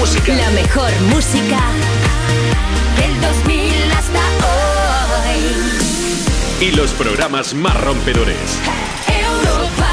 música. La mejor música del 2000 hasta hoy. Y los programas más rompedores. Europa.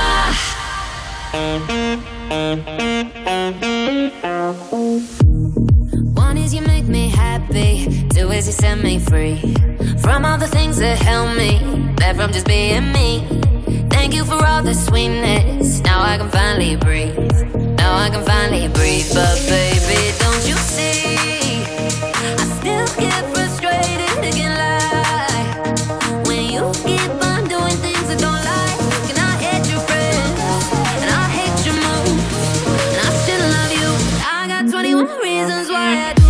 One is you make me happy, two is you set me free from all the things that held me back from just being me. Thank you for all the sweetness. Now I can finally breathe. Now I can finally breathe. But baby, don't you see? I still get frustrated, I can't lie. When you keep on doing things I don't like, and I hate your friends, and I hate your moves, and I still love you. I got 21 reasons why I do.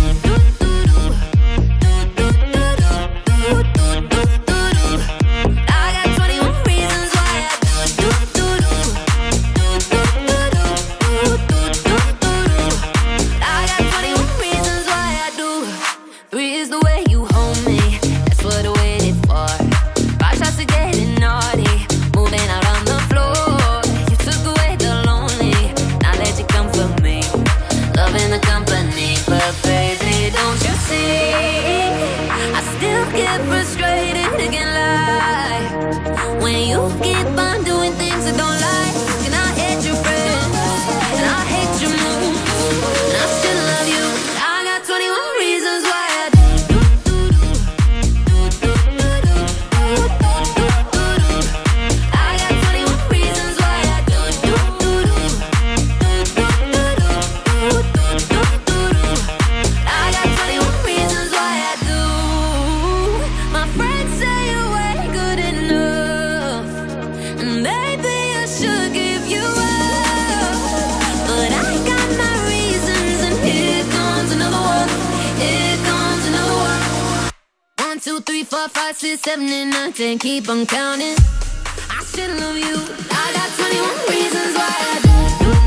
And keep on counting. I still love you. I got 21 reasons why I do.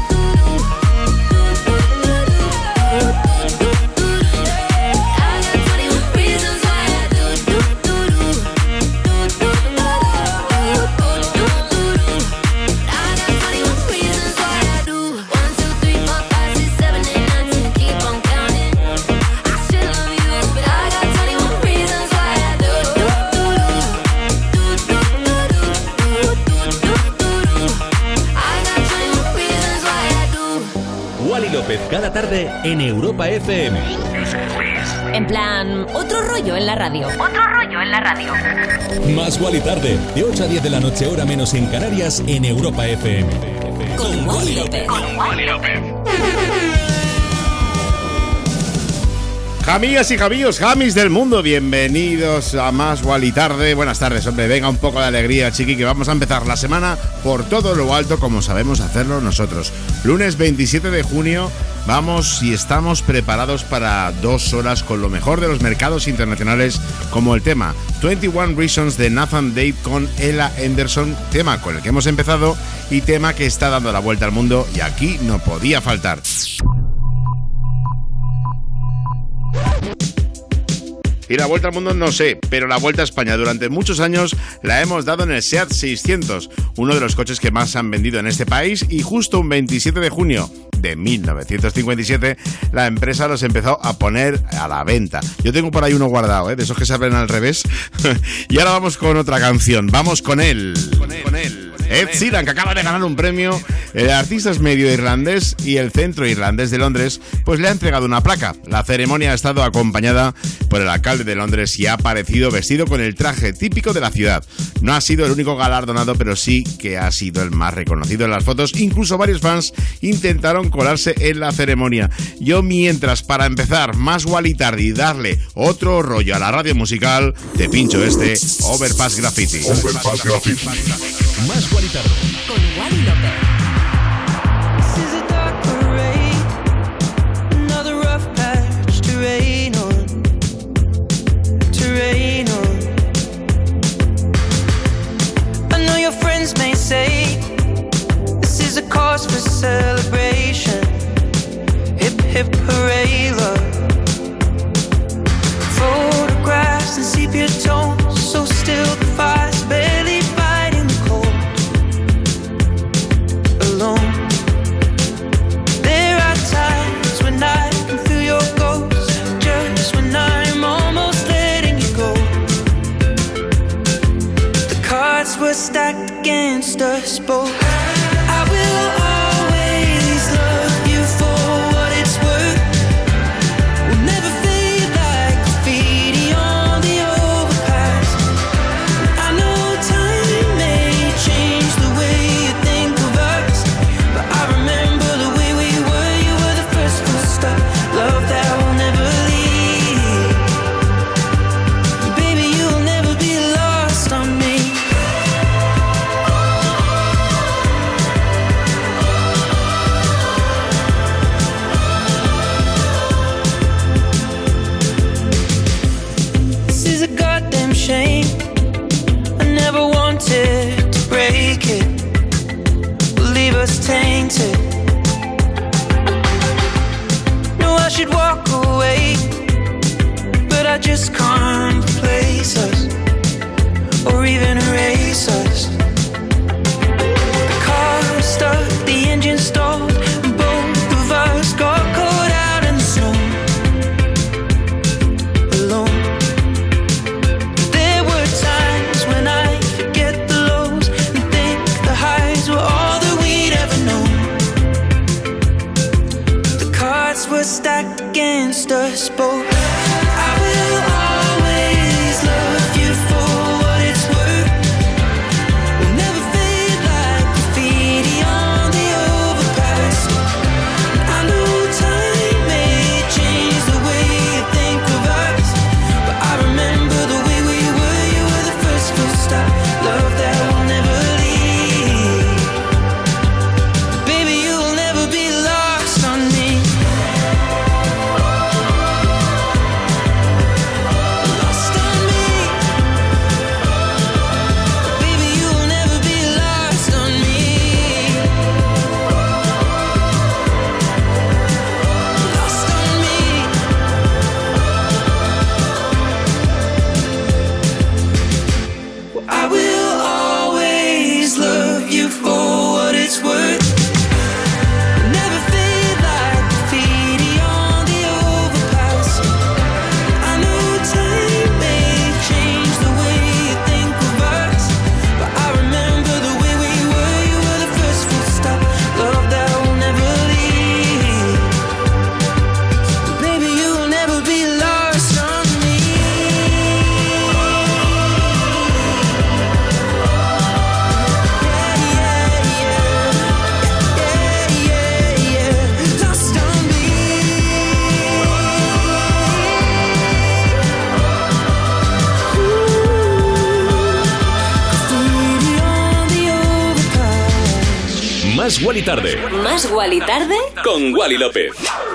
Cada tarde en Europa FM. En plan, otro rollo en la radio. Otro rollo en la radio. Más Wally tarde, de 8 a 10 de la noche, hora menos en Canarias, en Europa FM. Con Wally López. Con Wally López. Jamías y jamíos, jamis del mundo, bienvenidos a Más Wally tarde. Buenas tardes, hombre, venga un poco de alegría, chiqui, que vamos a empezar la semana por todo lo alto, como sabemos hacerlo nosotros. Lunes 27 de junio, vamos y estamos preparados para 2 horas con lo mejor de los mercados internacionales, como el tema 21 Reasons de Nathan Dave con Ella Henderson, tema con el que hemos empezado y tema que está dando la vuelta al mundo, y aquí no podía faltar. Y la vuelta al mundo no sé, pero la vuelta a España durante muchos años la hemos dado en el SEAT 600, uno de los coches que más se han vendido en este país, y justo un 27 de junio de 1957 la empresa los empezó a poner a la venta. Yo tengo por ahí uno guardado, de esos que se abren al revés. Y ahora vamos con otra canción, vamos con él. Ed Sheeran, que acaba de ganar un premio. El artista es medio irlandés y el Centro Irlandés de Londres pues le ha entregado una placa. La ceremonia ha estado acompañada por el alcalde de Londres y ha aparecido vestido con el traje típico de la ciudad. No ha sido el único galardonado, pero sí que ha sido el más reconocido en las fotos. Incluso varios fans intentaron colarse en la ceremonia. Yo, mientras, para empezar, más Wally tarde y darle otro rollo a la radio musical, te pincho este Overpass Graffiti. Overpass Graffiti. Más Wally tarde. Con Wally López. May say this is a cause for celebration. Hip hip hooray, love. Photographs and sepia tones, so still the fire's barely fighting the cold. Alone, there are times when I cards were stacked against us both. I will always love you for what it's worth. We'll never fade like graffiti on the overpass. I know time may change the way you think of us, but I remember the way we were. You were the first full stop, love that will never leave. Baby, you'll never be lost on me. This is a goddamn shame. I never wanted to break it, we'll leave us tainted. No, I should walk away, but I just can't replace us or even erase us. The car stuck, the engine stalled, and both of us got caught out in the snow, alone. There were times when I forget the lows and think the highs were all that we'd ever known. The cards were stacked against us both. I will always love you for what it's worth. We'll never fade like graffiti on the overpass. I know time may change the way you think of us, but I remember the way we were. You were the first full stop, love that will never leave. Baby, you'll never be lost on me. Lost on me. Baby, you'll never be lost on me. Lost on me. Well, I will always love you for what it's worth. Never fade like graffiti on the overpass. I know time may change the way you think of us, but I remember the way we were. You were the first full stop, love that will never leave. Baby, you will never be lost on me. Lost on me. Graffiti on the overpass. Más Wally Tarde Más Wally Tarde con Wally López.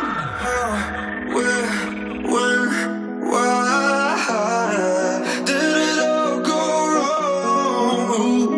Did it all go wrong?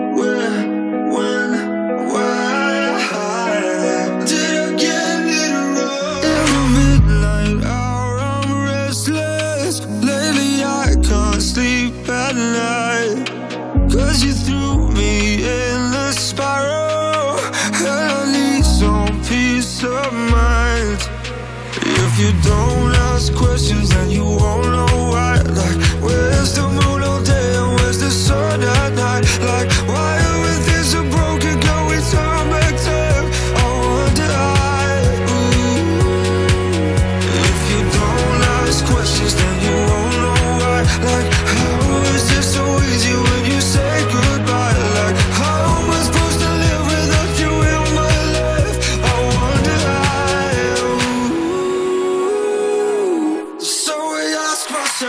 Why did I get it wrong? In the midnight hour, I'm restless. Lately, I can't sleep at night. 'Cause you threw me in the spiral, and I need some peace of mind. If you don't ask questions, then you won't know why. Like, where's the moon all day and where's the sun at night? Like, why everything's so broken? Can we turn back time? I wonder why. If you don't ask questions, then you won't know why. Like, how is it so easy when you say goodbye? Like, how am I supposed to live without you in my life? I wonder why. So I ask myself.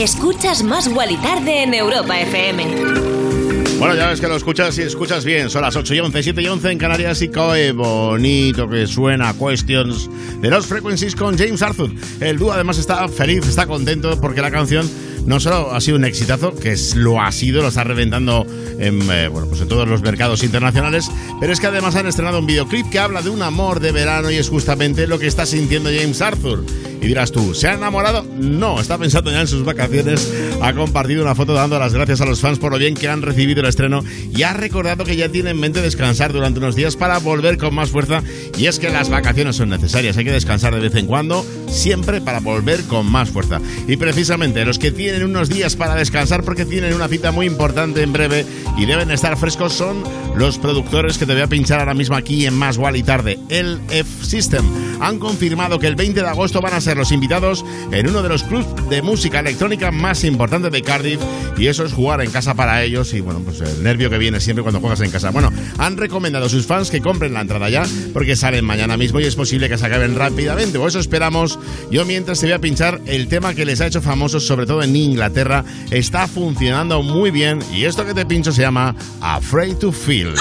Escuchas Más Guali Tarde en Europa FM. Bueno, ya ves que lo escuchas y escuchas bien. Son las 8:11, 7:11 en Canarias y qué bonito que suena Questions de Lost Frequencies con James Arthur. El dúo además está feliz, está contento porque la canción no solo ha sido un exitazo, que lo ha sido, lo está reventando en todos los mercados internacionales, pero es que además han estrenado un videoclip que habla de un amor de verano y es justamente lo que está sintiendo James Arthur. Y dirás tú, ¿se ha enamorado? No, está pensando ya en sus vacaciones. Ha compartido una foto dando las gracias a los fans por lo bien que han recibido el estreno y ha recordado que ya tiene en mente descansar durante unos días para volver con más fuerza. Y es que las vacaciones son necesarias, hay que descansar de vez en cuando, siempre para volver con más fuerza. Y precisamente los que tienen unos días para descansar porque tienen una cita muy importante en breve y deben estar frescos son los productores que te voy a pinchar ahora mismo aquí en Más Guali Tarde, el F-System. Han confirmado que el 20 de agosto van a ser los invitados en uno de los clubs de música electrónica más importantes de Cardiff, y eso es jugar en casa para ellos y el nervio que viene siempre cuando juegas en casa. Han recomendado a sus fans que compren la entrada ya porque salen mañana mismo y es posible que se acaben rápidamente, o eso esperamos. Yo mientras te voy a pinchar el tema que les ha hecho famosos sobre todo en Inglaterra. Está funcionando muy bien y esto que te pincho se llama Afraid to Feel.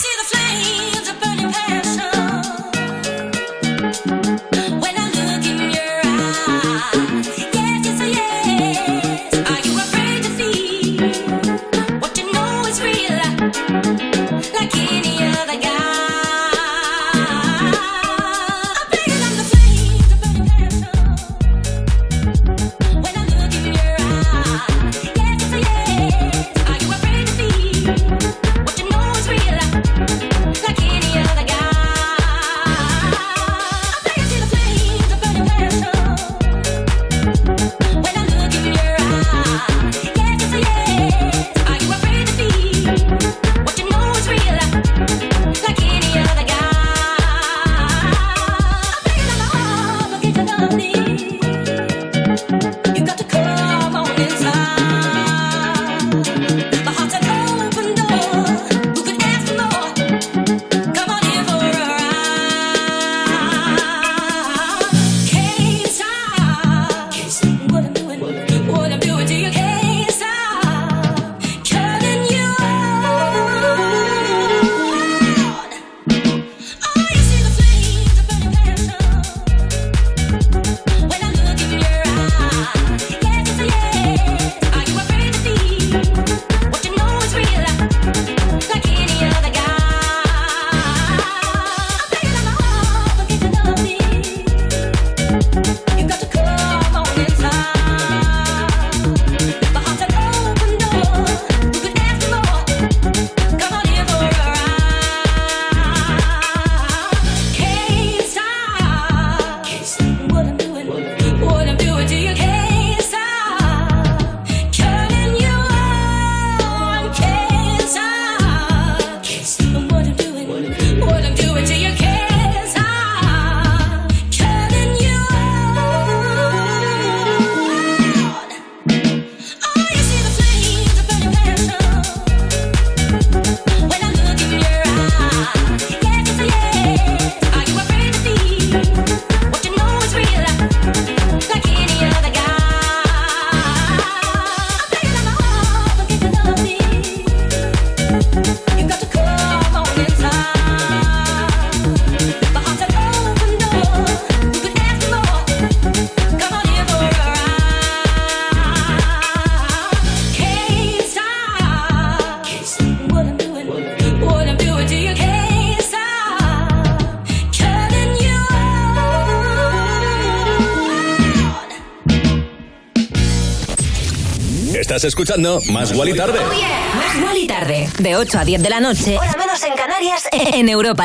Estás escuchando Más Guali Tarde. Oh yeah. Más Guali Tarde, de 8 a 10 de la noche, hora menos en Canarias, en Europa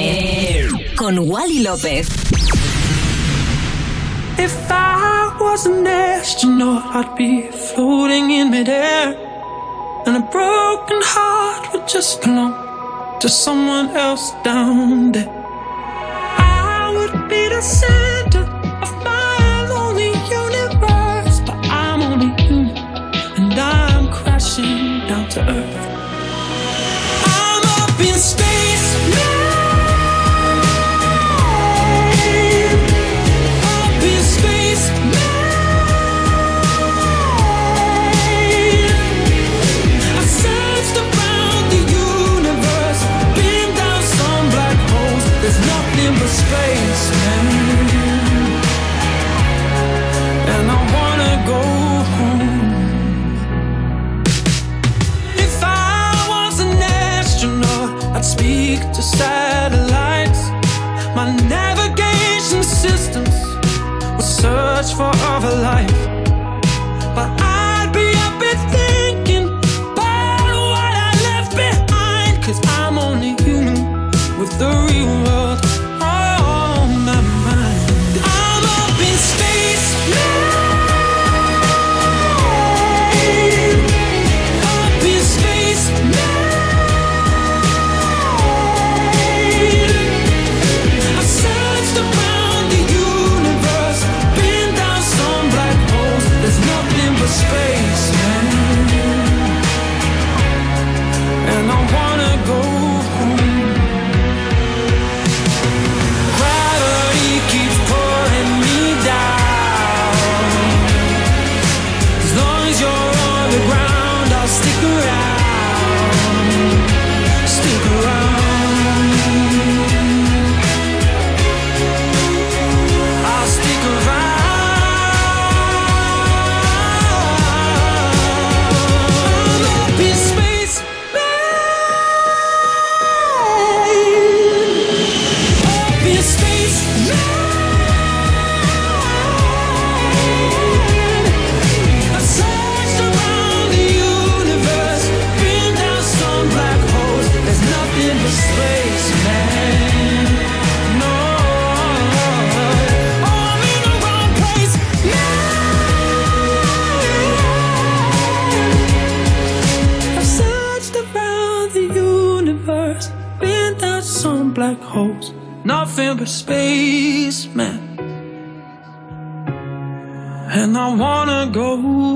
FM. Con Wally López. If I was an astronaut, I'd be floating in midair, and a broken heart would just belong to someone else down there. I would be the center of my lonely universe, but I'm only human, and I'm crashing down to earth. I'm up in space now. Up in space now. but I'd be up and thinking about what I left behind. 'Cause I'm only human with the real world on my mind. I'm up in space now. Up in space now. I've searched around the universe, been down some black holes. There's nothing but space, man. And I wanna go home. Gravity keeps pulling me down. As long as you're on the ground, I'll stick around. Stick around. I'll stick around. I'm up in space, man. Up in space, man. I've searched around the universe, been down some black holes. There's nothing but space, man. No, oh, I'm in the wrong place now. I've searched around the universe, been down some black holes. Nothing but space, man. And I wanna go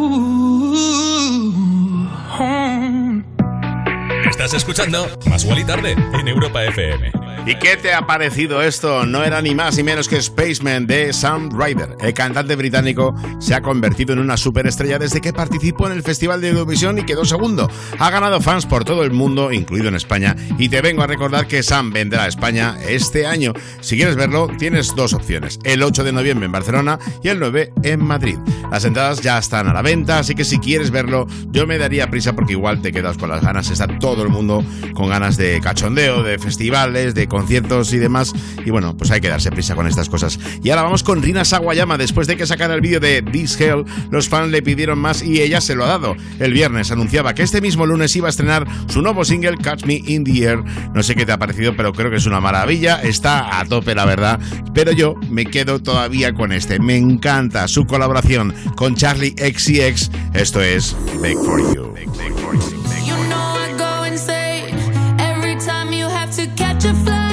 home. Estás escuchando Más Guali Tarde en Europa FM. ¿Y qué te ha parecido esto? No era ni más ni menos que Spaceman de Sam Ryder. El cantante británico se ha convertido en una superestrella desde que participó en el Festival de Eurovisión y quedó segundo. Ha ganado fans por todo el mundo, incluido en España, y te vengo a recordar que Sam vendrá a España este año. Si quieres verlo, tienes dos opciones: el 8 de noviembre en Barcelona y el 9 en Madrid. Las entradas ya están a la venta, así que si quieres verlo, yo me daría prisa porque igual te quedas con las ganas. Está todo el mundo con ganas de cachondeo, de festivales, de conciertos y demás, y bueno, pues hay que darse prisa con estas cosas. Y ahora vamos con Rina Sawayama. Después de que sacara el vídeo de This Hell, los fans le pidieron más y ella se lo ha dado. El viernes anunciaba que este mismo lunes iba a estrenar su nuevo single Catch Me in the Air. No sé qué te ha parecido, pero creo que es una maravilla. Está a tope, la verdad, pero yo me quedo todavía con este. Me encanta su colaboración con Charlie XCX. Esto es Beg For You. Beg For You. You know I go insane every time you have to catch a flight.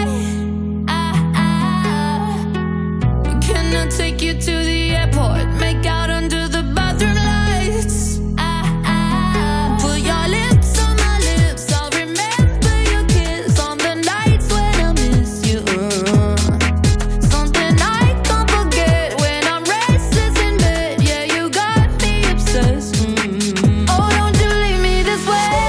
Can I take you to the airport? Make out under the bathroom lights. Put your lips on my lips. I'll remember your kiss on the nights when I miss you. Something I can't forget when I'm restless in bed. Yeah, you got me obsessed. Oh, don't you leave me this way.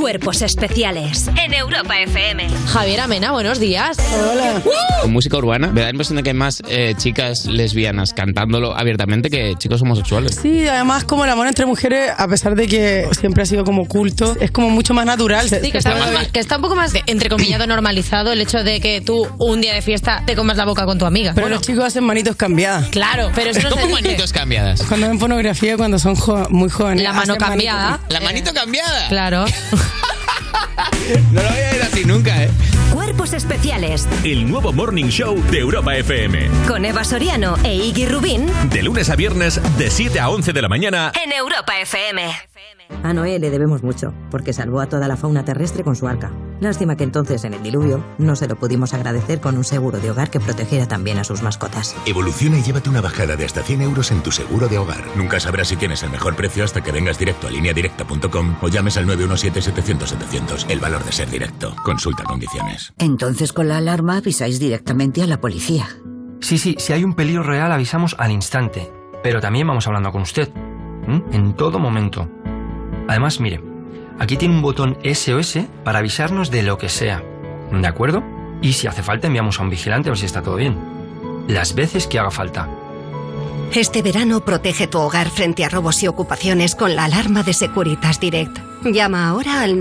Cuerpos Especiales en Europa FM. Javier Amena, buenos días. Hola. En música urbana, me da la impresión de que hay más chicas lesbianas cantándolo abiertamente que chicos homosexuales. Sí, además como el amor entre mujeres, a pesar de que siempre ha sido como culto, es como mucho más natural. Sí, que está un poco más, entrecomillado, normalizado el hecho de que tú un día de fiesta te comas la boca con tu amiga. Pero los chicos hacen manitos cambiadas. Claro, pero eso no se ¿Cómo dice. manitos cambiadas? Cuando ven pornografía, cuando son muy jóvenes. La mano cambiada. ¿La manito cambiada? Claro. No lo voy a ir así nunca, ¿eh? Cuerpos Especiales. El nuevo Morning Show de Europa FM. Con Eva Soriano e Iggy Rubín. De lunes a viernes, de 7 a 11 de la mañana. En Europa FM. A Noé le debemos mucho, porque salvó a toda la fauna terrestre con su arca. Lástima que entonces, en el diluvio, no se lo pudimos agradecer con un seguro de hogar que protegiera también a sus mascotas. Evoluciona y llévate una bajada de hasta 100 euros en tu seguro de hogar. Nunca sabrás si tienes el mejor precio hasta que vengas directo a lineadirecta.com o llames al 917-700-700. El valor de ser directo. Consulta condiciones. Entonces, con la alarma avisáis directamente a la policía. Sí, si hay un peligro real avisamos al instante. Pero también vamos hablando con usted. En todo momento. Además, mire, aquí tiene un botón SOS para avisarnos de lo que sea. ¿De acuerdo? Y si hace falta enviamos a un vigilante a ver si está todo bien. Las veces que haga falta. Este verano protege tu hogar frente a robos y ocupaciones con la alarma de Securitas Direct. Llama ahora al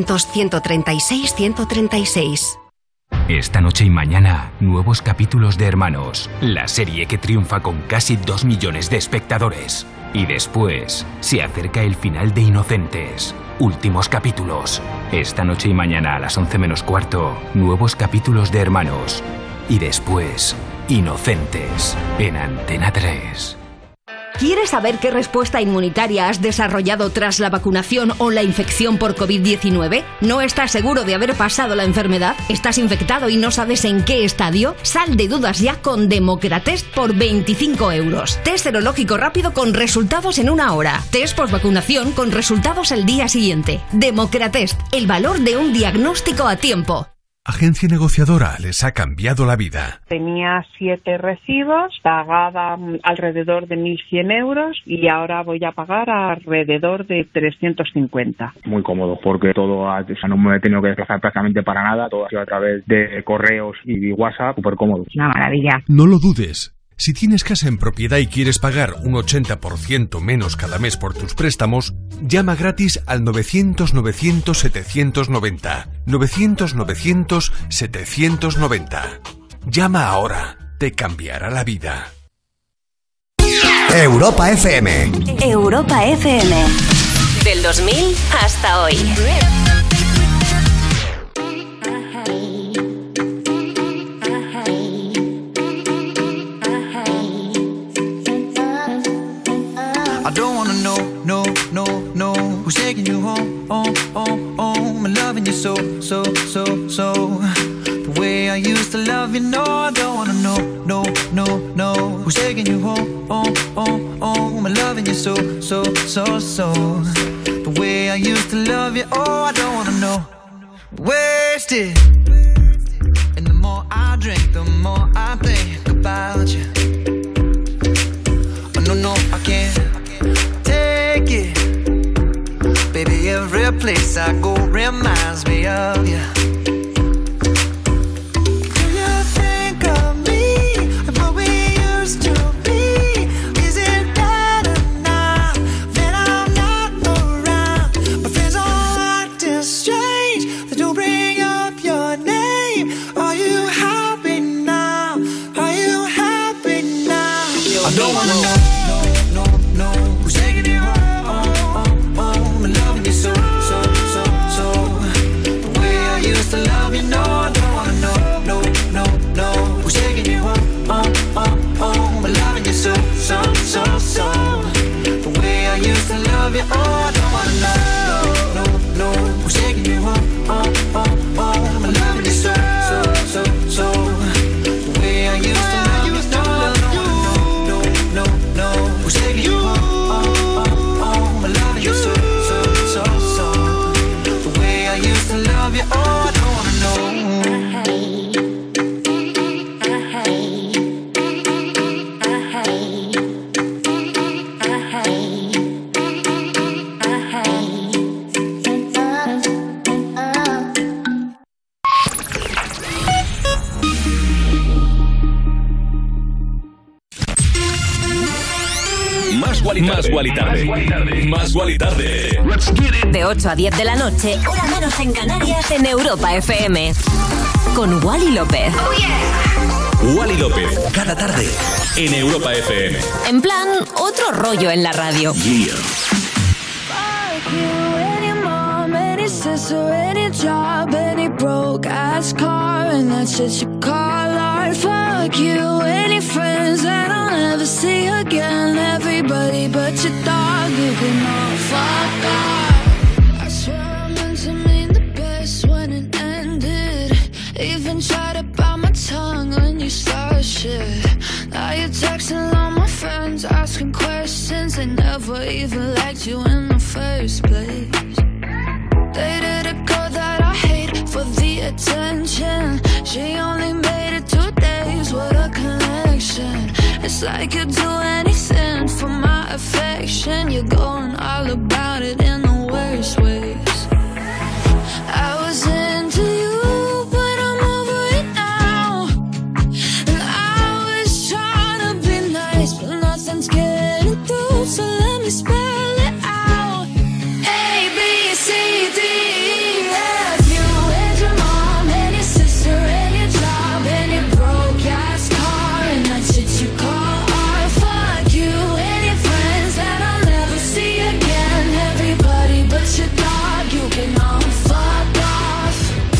900-136-136. Esta noche y mañana, nuevos capítulos de Hermanos, la serie que triunfa con casi 2 millones de espectadores. Y después, se acerca el final de Inocentes. Últimos capítulos. Esta noche y mañana a las 11 menos cuarto, nuevos capítulos de Hermanos. Y después, Inocentes, en Antena 3. ¿Quieres saber qué respuesta inmunitaria has desarrollado tras la vacunación o la infección por COVID-19? ¿No estás seguro de haber pasado la enfermedad? ¿Estás infectado y no sabes en qué estadio? Sal de dudas ya con Democratest por 25 euros. Test serológico rápido con resultados en 1 hora. Test postvacunación con resultados el día siguiente. Democratest, el valor de un diagnóstico a tiempo. Agencia Negociadora les ha cambiado la vida. Tenía 7 recibos, pagaba alrededor de 1.100 euros y ahora voy a pagar alrededor de 350. Muy cómodo porque todo, no me he tenido que desplazar prácticamente para nada, todo ha sido a través de correos y WhatsApp, súper cómodo. Una maravilla. No lo dudes. Si tienes casa en propiedad y quieres pagar un 80% menos cada mes por tus préstamos, llama gratis al 900-900-790. 900-900-790. Llama ahora. Te cambiará la vida. Europa FM. Europa FM. Del 2000 hasta hoy. Who's taking you home, I'm loving you so. The way I used to love you, no, I don't wanna know, no. Who's taking you home, I'm loving you so. The way I used to love you, I don't wanna know. Wasted. And the more I drink, the more I think about you. Oh, no, I can't take it. Baby, every place I go reminds me of you. Do you think of me and what we used to be? Is it better now that I'm not around? My friends all acting strange. They don't bring up your name. Are you happy now? Are you happy now? I don't wanna know. No. Who's taking you home? To love you, no, I don't wanna know, no. Who's taking you home, I'm loving you so. The way I used to love you, I don't wanna know, no. Who's taking you home, I'm loving you so. The way I used to love you, no, I don't wanna know, no. Who's taking you home, I'm loving you so. The way I used to love you, I don't wanna know. Más Gualitarde. Más Gualitarde. De 8 a 10 de la noche, hora menos en Canarias, en Europa FM. Con Wally López. Wally López, cada tarde, en Europa FM. En plan, otro rollo en la radio. Yeah. Any sister, any job, any broke ass car, and that's shit you call art. Fuck you, any friends that I'll never see again. Everybody but your dog, you can all fuck off. I swear I meant to mean the best when it ended. Even tried to bite my tongue when you started shit. Now you're texting all my friends, asking questions. They never even liked you in the first place. Dated a girl that I hate for the attention. She only made it 2 days, what a connection. It's like you'd do anything for my affection. You're going all about it in the worst ways. I was into you, but I'm over it now. And I was trying to be nice, but nothing's getting through. So let me spell it out. A, B, C, D, E, F, you and your mom and your sister and your job and your broke ass car and that shit you call art. Fuck you and your friends that I'll never see again. Everybody but your dog, you can all fuck off.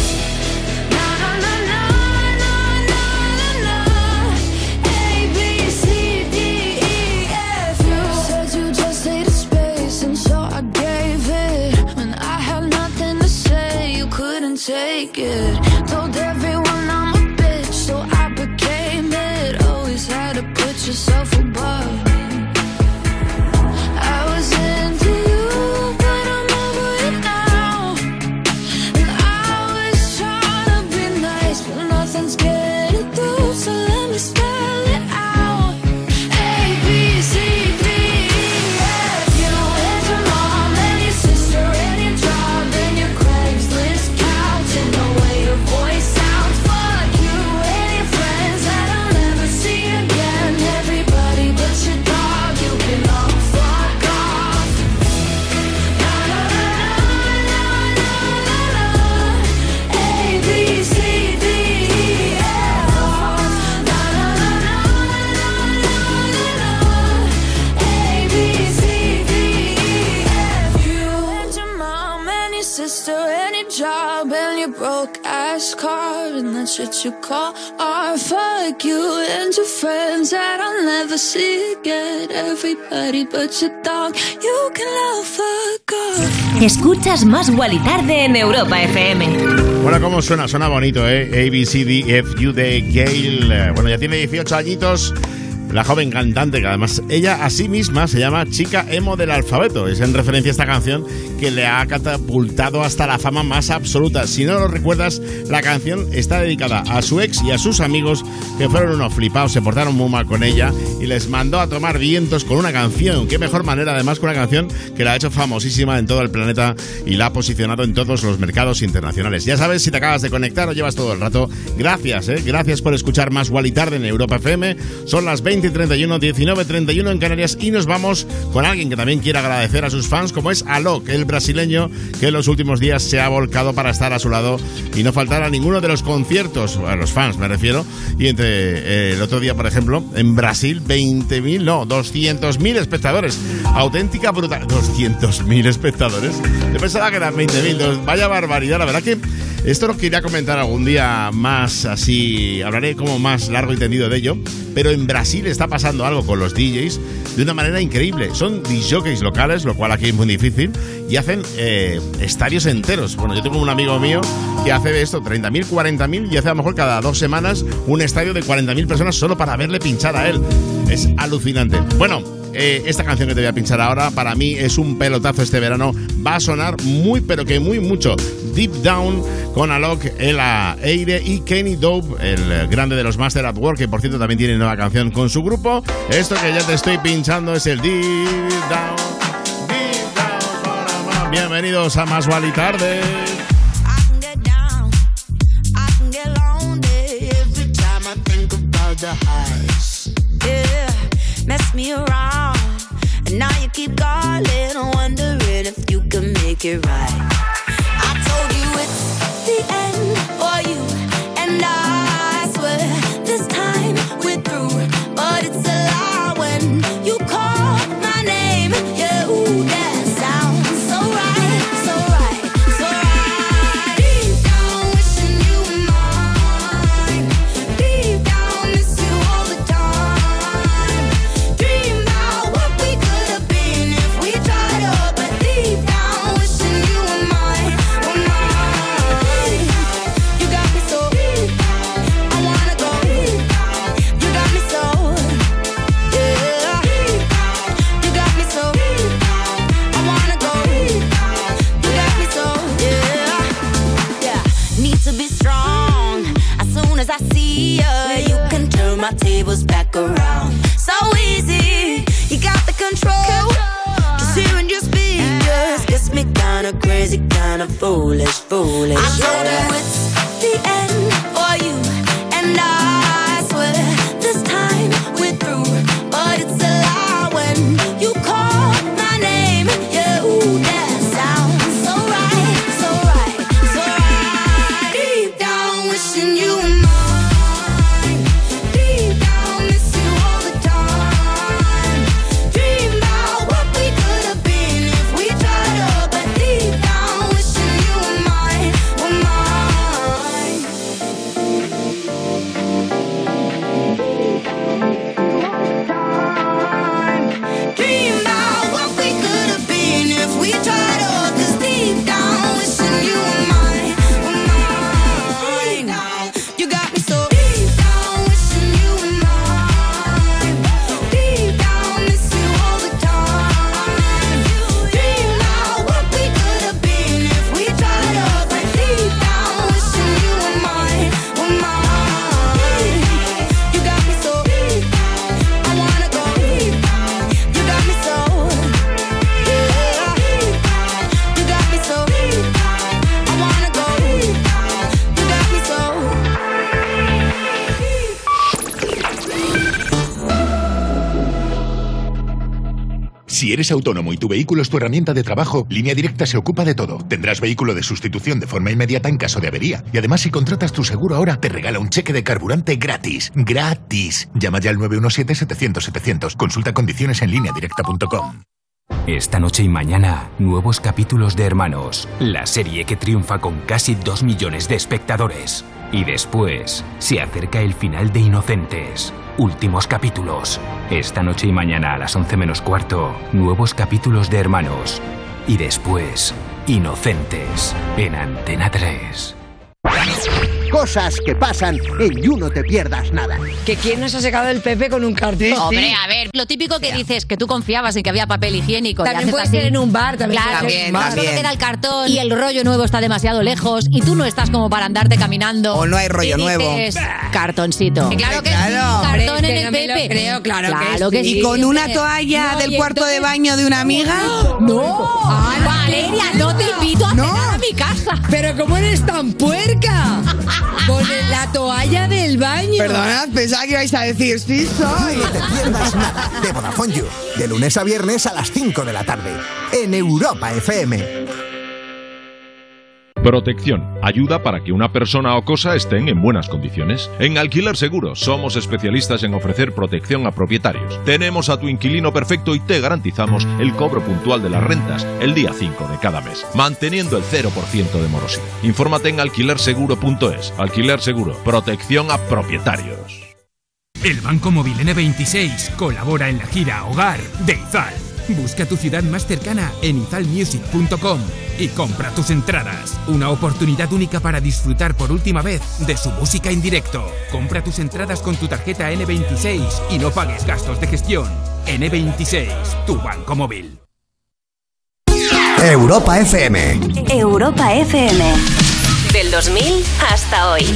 Na na na na na na na na. A, B, C, D, E, F, you said you just needed space and so I gave it. When I had nothing to say, you couldn't take it. Told everyone I'm a bitch, so I became it. Always had to put yourself above me. I was into you, but I'm over it now. And I was trying to be nice, but nothing's getting through. So let me spell it out. A, B, C, D, E, F, you and your mom and your sister and your job and your Craigslist couch and the way your voice sounds. Fuck you and your friends that I'll never see again. Everybody but your dog, you can all fuck off. Na na na na na na na. A, B, C, D, E, F. Na na na na na na na. A, B, C, D, E, F. You and your mom and your sister and your job and your broke ass car and that shit you call art. Fuck you and your friends that I'll never see again. Everybody but your dog, you can all fuck off. Escuchas Más Gualitarde en Europa FM. Bueno, ¿cómo suena? Suena bonito, ¿eh? A, B, C, D, F, U de Gail. Bueno, ya tiene 18 añitos. La joven cantante, que además ella a sí misma se llama Chica Emo del Alfabeto. Es en referencia a esta canción que le ha catapultado hasta la fama más absoluta. Si no lo recuerdas, la canción está dedicada a su ex y a sus amigos, que fueron unos flipados, se portaron muy mal con ella y les mandó a tomar vientos con una canción. Qué mejor manera, además, con una canción que la ha hecho famosísima en todo el planeta y la ha posicionado en todos los mercados internacionales. Ya sabes, si te acabas de conectar o llevas todo el rato, gracias, gracias por escuchar Más Gualitarde en Europa FM. Son las 20:31, 19:31 en Canarias y nos vamos con alguien que también quiere agradecer a sus fans, como es Alok, el brasileño que en los últimos días se ha volcado para estar a su lado y no faltar a ninguno de los conciertos, a los fans me refiero. Y entre el otro día, por ejemplo, en Brasil, 200.000 espectadores. Auténtica brutal. 200.000 espectadores. Yo pensaba que eran 20.000. Vaya barbaridad, la verdad que esto lo quería comentar algún día más así, hablaré como más largo y tendido de ello, pero en Brasil está pasando algo con los DJs de una manera increíble. Son disjockeys locales, lo cual aquí es muy difícil, y hacen estadios enteros. Bueno, yo tengo un amigo mío que hace esto, 30.000, 40.000, y hace a lo mejor cada 2 semanas un estadio de 40.000 personas solo para verle pinchar a él. Es alucinante. Bueno, esta canción que te voy a pinchar ahora para mí es un pelotazo este verano. Va a sonar muy, pero que muy mucho. Deep Down con Alok, Ella Eire y Kenny Dope, el grande de los Master at Work, que por cierto también tiene nueva canción con su grupo. Esto que ya te estoy pinchando es el Deep Down. Deep Down. Bienvenidos a Más Gualitarde. The highs, yeah, mess me around, and And now you keep calling, wondering if you can make it right. I told you it's the end for you and I swear this time we're through, but it's a lie when you call my name. Yeah, ooh, that sounds so right, so right, so right. Deep down wishing you were mine. Deep down miss you all the time. Dream about what we could have been if we tried up, but deep down wishing you were mine, were mine. You got me so I wanna go. You got me so, yeah. You got me so I wanna go. You got me so, yeah. Yeah. Need to be strong. As soon as I see you, you can turn my tables back around. So easy. You got the control. Just hearing your speech just gets me kinda crazy, kinda foolish, foolish. I told you it's the end for you and I swear this time we're through, but it's a lie when you call my name. Yeah, ooh, that sounds so right, so right, so right. Deep down wishing you were mine. Deep down miss you all the time. Dream about what we could have been if we tried up, but deep down wishing you were mine, were mine. Dream about what we could have been if we tried up, 'cause deep down wishing you were mine, were mine. You got me so deep down wishing you were mine. Deep down miss you all the time. Dream about what we could have been if we tried up, but deep down wishing you were mine, were mine. You got me so I wanna go. You got me so, yeah. You got me so I wanna go. You got me so. Si eres autónomo y tu vehículo es tu herramienta de trabajo, Línea Directa se ocupa de todo. Tendrás vehículo de sustitución de forma inmediata en caso de avería. Y además, si contratas tu seguro ahora, te regala un cheque de carburante gratis. ¡Gratis! Llama ya al 917-700-700. Consulta condiciones en lineadirecta.com. Esta noche y mañana, nuevos capítulos de Hermanos, la serie que triunfa con casi 2 millones de espectadores. Y después, se acerca el final de Inocentes. Últimos capítulos. Esta noche y mañana a las 11 menos cuarto, nuevos capítulos de Hermanos. Y después, Inocentes, en Antena 3. Cosas que pasan en You No Te Pierdas Nada. ¿Que quién nos ha sacado el Pepe con un cartel? Hombre, a ver, lo típico que dices, que tú confiabas en que había papel higiénico. También y puede haces ser en un bar, también. Claro, También. solo queda el cartón y el rollo nuevo está demasiado lejos y tú no estás como para andarte caminando. O no hay rollo y nuevo. dices, cartoncito. Claro que sí, cartón en el Pepe. Creo, claro que sí. ¿Y con una toalla del cuarto de baño de una amiga? ¡No! Valeria, no te invito a cenar a mi casa. Pero ¿cómo eres tan puerca? Con la toalla del baño. Perdona, pensaba que ibais a decir sí soy. No te pierdas nada de Vodafone You, de lunes a viernes a las 5 de la tarde, en Europa FM. Protección. Ayuda para que una persona o cosa estén en buenas condiciones. En Alquiler Seguro somos especialistas en ofrecer protección a propietarios. Tenemos a tu inquilino perfecto y te garantizamos el cobro puntual de las rentas el día 5 de cada mes, manteniendo el 0% de morosidad. Infórmate en alquilerseguro.es. Alquiler Seguro. Protección a propietarios. El Banco Móvil N26 colabora en la gira Hogar de Izal. Busca tu ciudad más cercana en izalmusic.com y compra tus entradas. Una oportunidad única para disfrutar por última vez de su música en directo. Compra tus entradas con tu tarjeta N26 y no pagues gastos de gestión. N26, tu banco móvil. Europa FM. Europa FM. Del 2000 hasta hoy.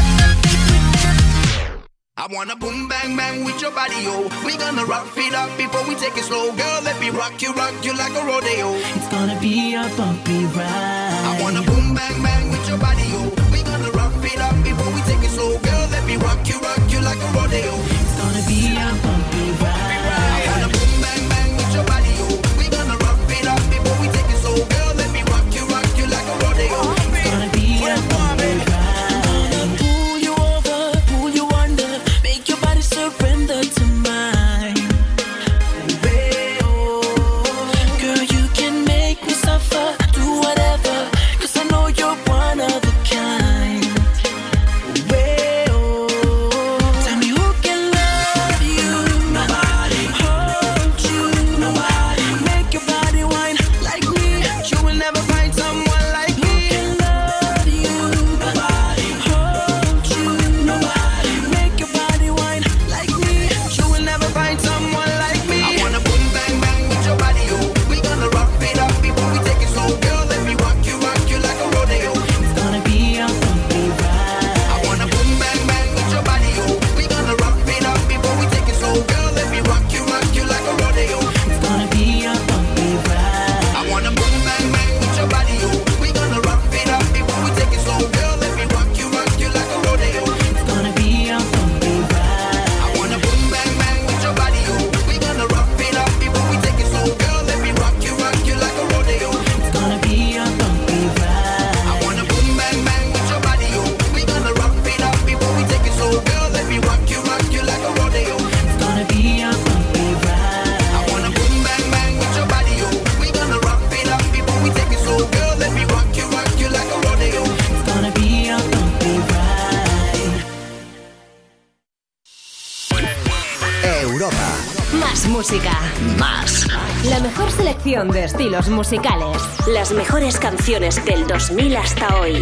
I wanna boom bang bang with your body, yo. We gonna rock it up before we take it slow. Girl, let me rock you like a rodeo. It's gonna be a bumpy ride. I wanna boom bang bang with your body, yo. We gonna rock it up before we take it slow. Girl, let me rock you like a rodeo. It's gonna be a bumpy ride. I wanna boom bang bang with your body, música. Más. La mejor selección de estilos musicales. Las mejores canciones del 2000 hasta hoy.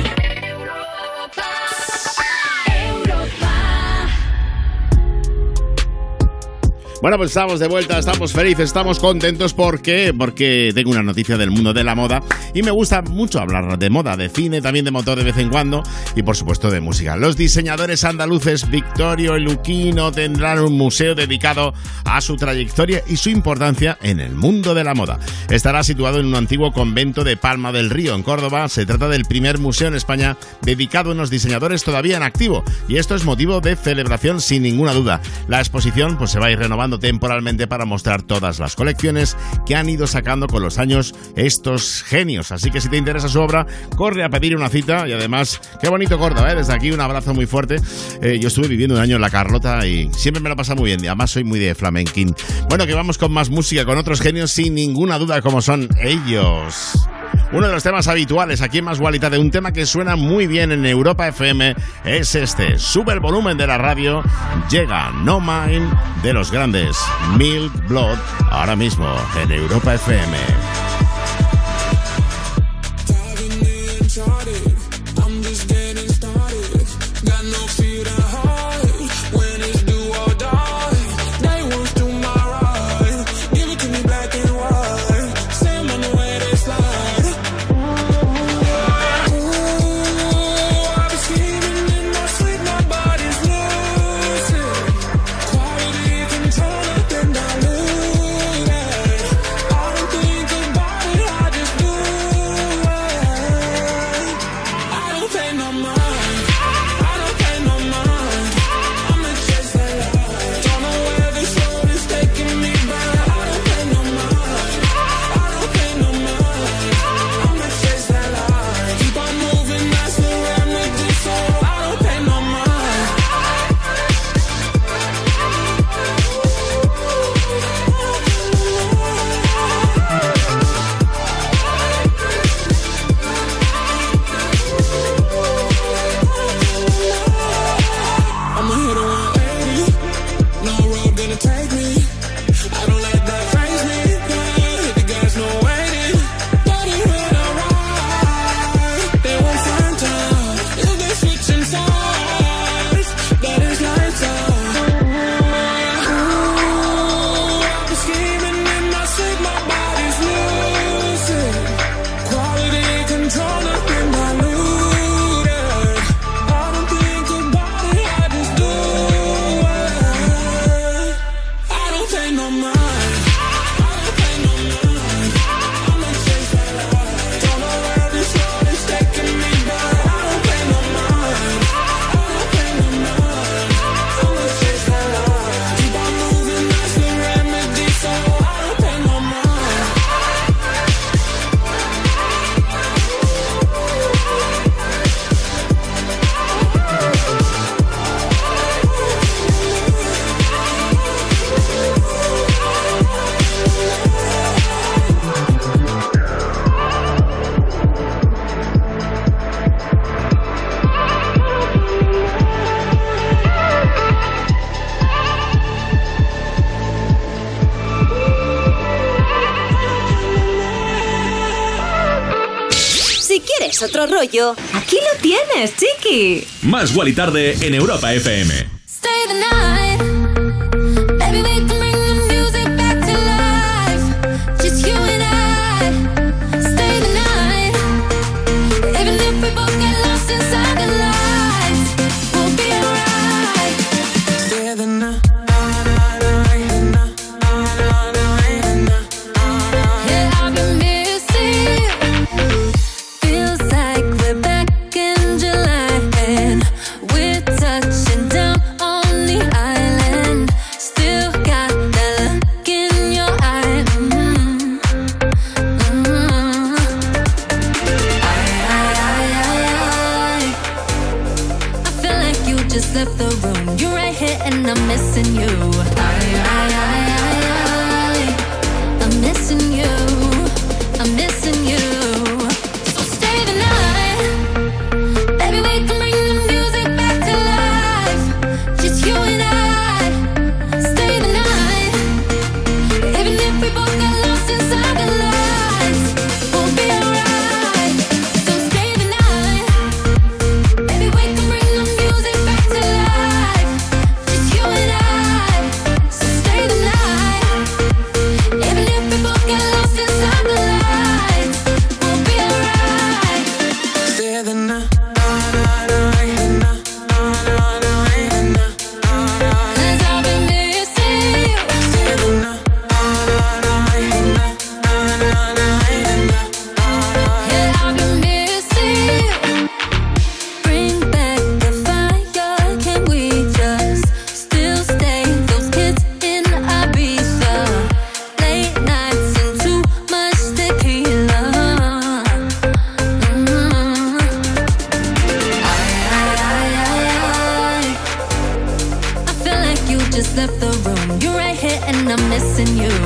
Bueno, pues estamos de vuelta, estamos felices, estamos contentos porque tengo una noticia del mundo de la moda y me gusta mucho hablar de moda, de cine, también de motor de vez en cuando y por supuesto de música. Los diseñadores andaluces Victorio y Luquino tendrán un museo dedicado a su trayectoria y su importancia en el mundo de la moda. Estará situado en un antiguo convento de Palma del Río, en Córdoba. Se trata del primer museo en España dedicado a unos diseñadores todavía en activo y esto es motivo de celebración sin ninguna duda. La exposición pues se va a ir renovando temporalmente para mostrar todas las colecciones que han ido sacando con los años estos genios. Así que si te interesa su obra, corre a pedir una cita y además, qué bonito Córdoba, ¿eh? Desde aquí un abrazo muy fuerte. Yo estuve viviendo un año en La Carlota y siempre me lo pasa muy bien y además soy muy de flamenquín. Bueno, que vamos con más música, con otros genios sin ninguna duda como son ellos. Uno de los temas habituales aquí en Más Gualita, de un tema que suena muy bien en Europa FM, es este. Sube el volumen de la radio, llega No Mind de los grandes Milk Blood, ahora mismo en Europa FM. Otro rollo, aquí lo tienes, chiqui. Más Guali Tarde en Europa FM. Stay the night. Baby, we can bring the music back to life. Just you and I. Stay the night. Even if we both get lost inside the lights, we'll be alright. Stay the night. and I'm missing you.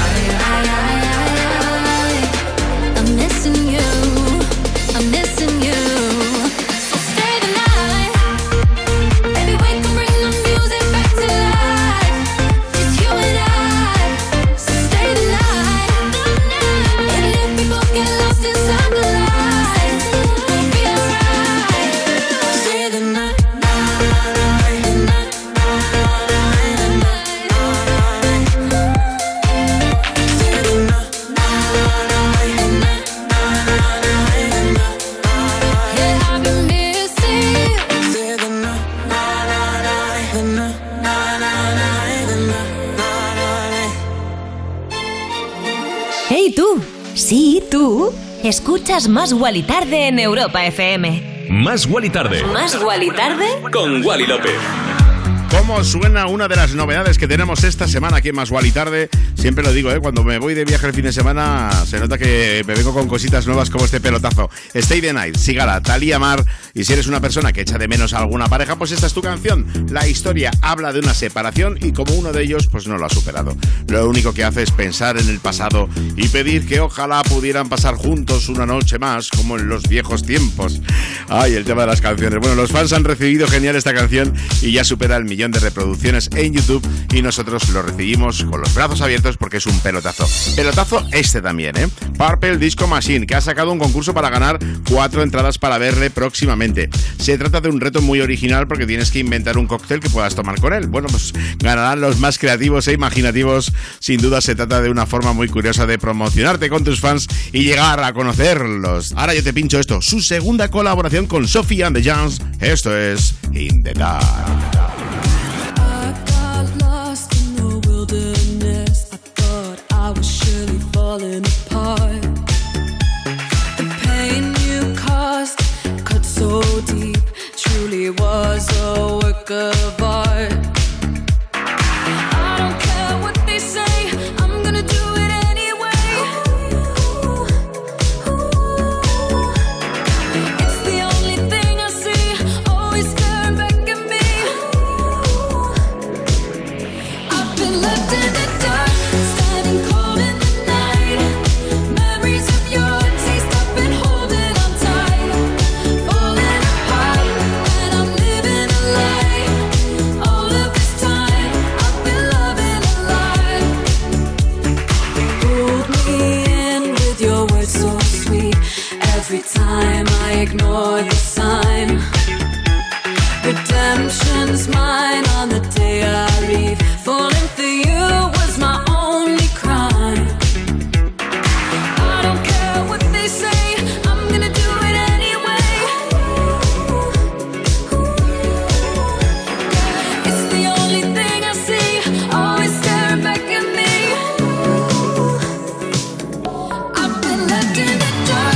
I'm missing you. I'm missing you. So stay the night. Baby, we can bring the music back to life. Just you and I. So stay the night. Even if we both get lost inside the lights, we'll be alright. Stay the night. ¡Hey tú! Sí, tú. Escuchas Más Guali Tarde en Europa FM. Más Guali Tarde. ¿Más Guali Tarde? Con Wally López. ¿Cómo suena una de las novedades que tenemos esta semana aquí en Más Guali Tarde? Siempre lo digo, cuando me voy de viaje el fin de semana se nota que me vengo con cositas nuevas como este pelotazo. Stay the Night, Sigala, Thalía Mar. Y si eres una persona que echa de menos a alguna pareja, pues esta es tu canción. La historia habla de una separación y como uno de ellos pues no lo ha superado. Lo único que hace es pensar en el pasado y pedir que ojalá pudieran pasar juntos una noche más como en los viejos tiempos. Ay, el tema de las canciones. Bueno, los fans han recibido genial esta canción y ya supera el 1 millón de reproducciones en YouTube y nosotros lo recibimos con los brazos abiertos porque es un pelotazo. Pelotazo este también, Purple Disco Machine, que ha sacado un concurso para ganar 4 entradas para verle próximamente. Se trata de un reto muy original porque tienes que inventar un cóctel que puedas tomar con él. Bueno, pues ganarán los más creativos e imaginativos. Sin duda se trata de una forma muy curiosa de promocionarte con tus fans y llegar a conocerlos. Ahora yo te pincho esto, su segunda colaboración con Sophie and the Giants. Esto es In the Dark. I was surely falling apart. The pain you caused cut so deep, truly was a work of art. I don't care what they say, I'm gonna do it anyway. It's the only thing I see, always staring back at me. I've been left in the dark. Every time I ignore the sign, redemption's mine on the day I leave. Falling for you was my only crime. I don't care what they say, I'm gonna do it anyway. It's the only thing I see, always staring back at me. I've been left in the dark.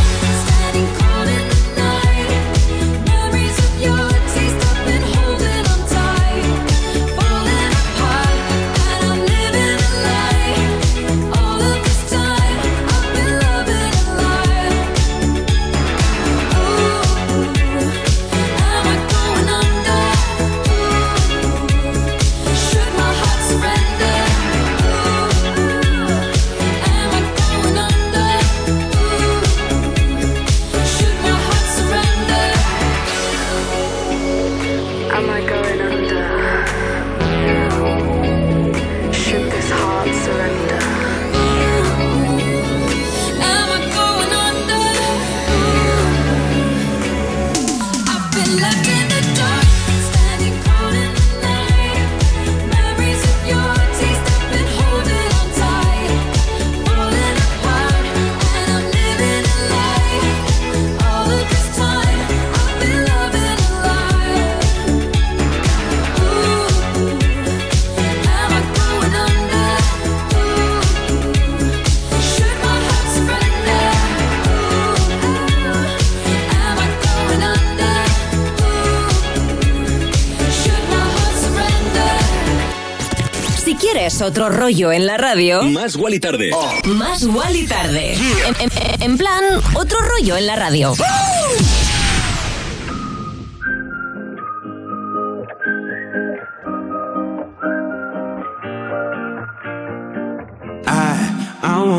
¿Quieres otro rollo en la radio? Más Guali Tarde. Más Guali Tarde. En plan, otro rollo en la radio.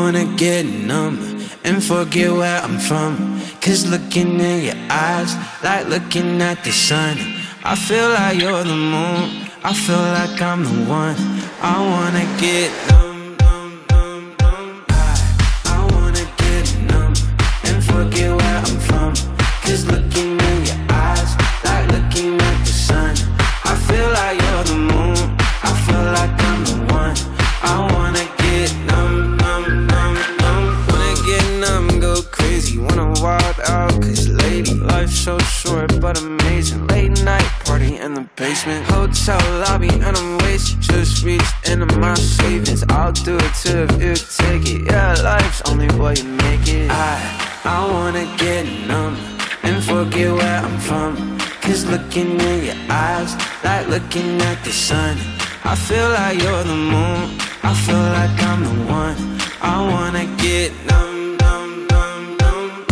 wanna get numb and forget where I'm from. Cause looking in your eyes, like looking at the sun. I feel like you're the moon, I feel like I'm the one. I wanna get numb, numb, numb, numb. I wanna get numb and forget where I'm from. Cause looking in your eyes, like looking at the sun. I feel like you're the moon, I feel like I'm the one. I wanna get numb, numb, numb, numb. Wanna get numb, go crazy, wanna wild out. Cause lady, life's so short but amazing. Late night party in the basement, hotel lobby and I'm wasted. Just reached into my savings, I'll do it too if you take it. Yeah, life's only what you make it. I wanna get numb and forget where I'm from. Cause looking in your eyes, like looking at the sun. I feel like you're the moon, I feel like I'm the one. I wanna get numb, numb, numb, numb.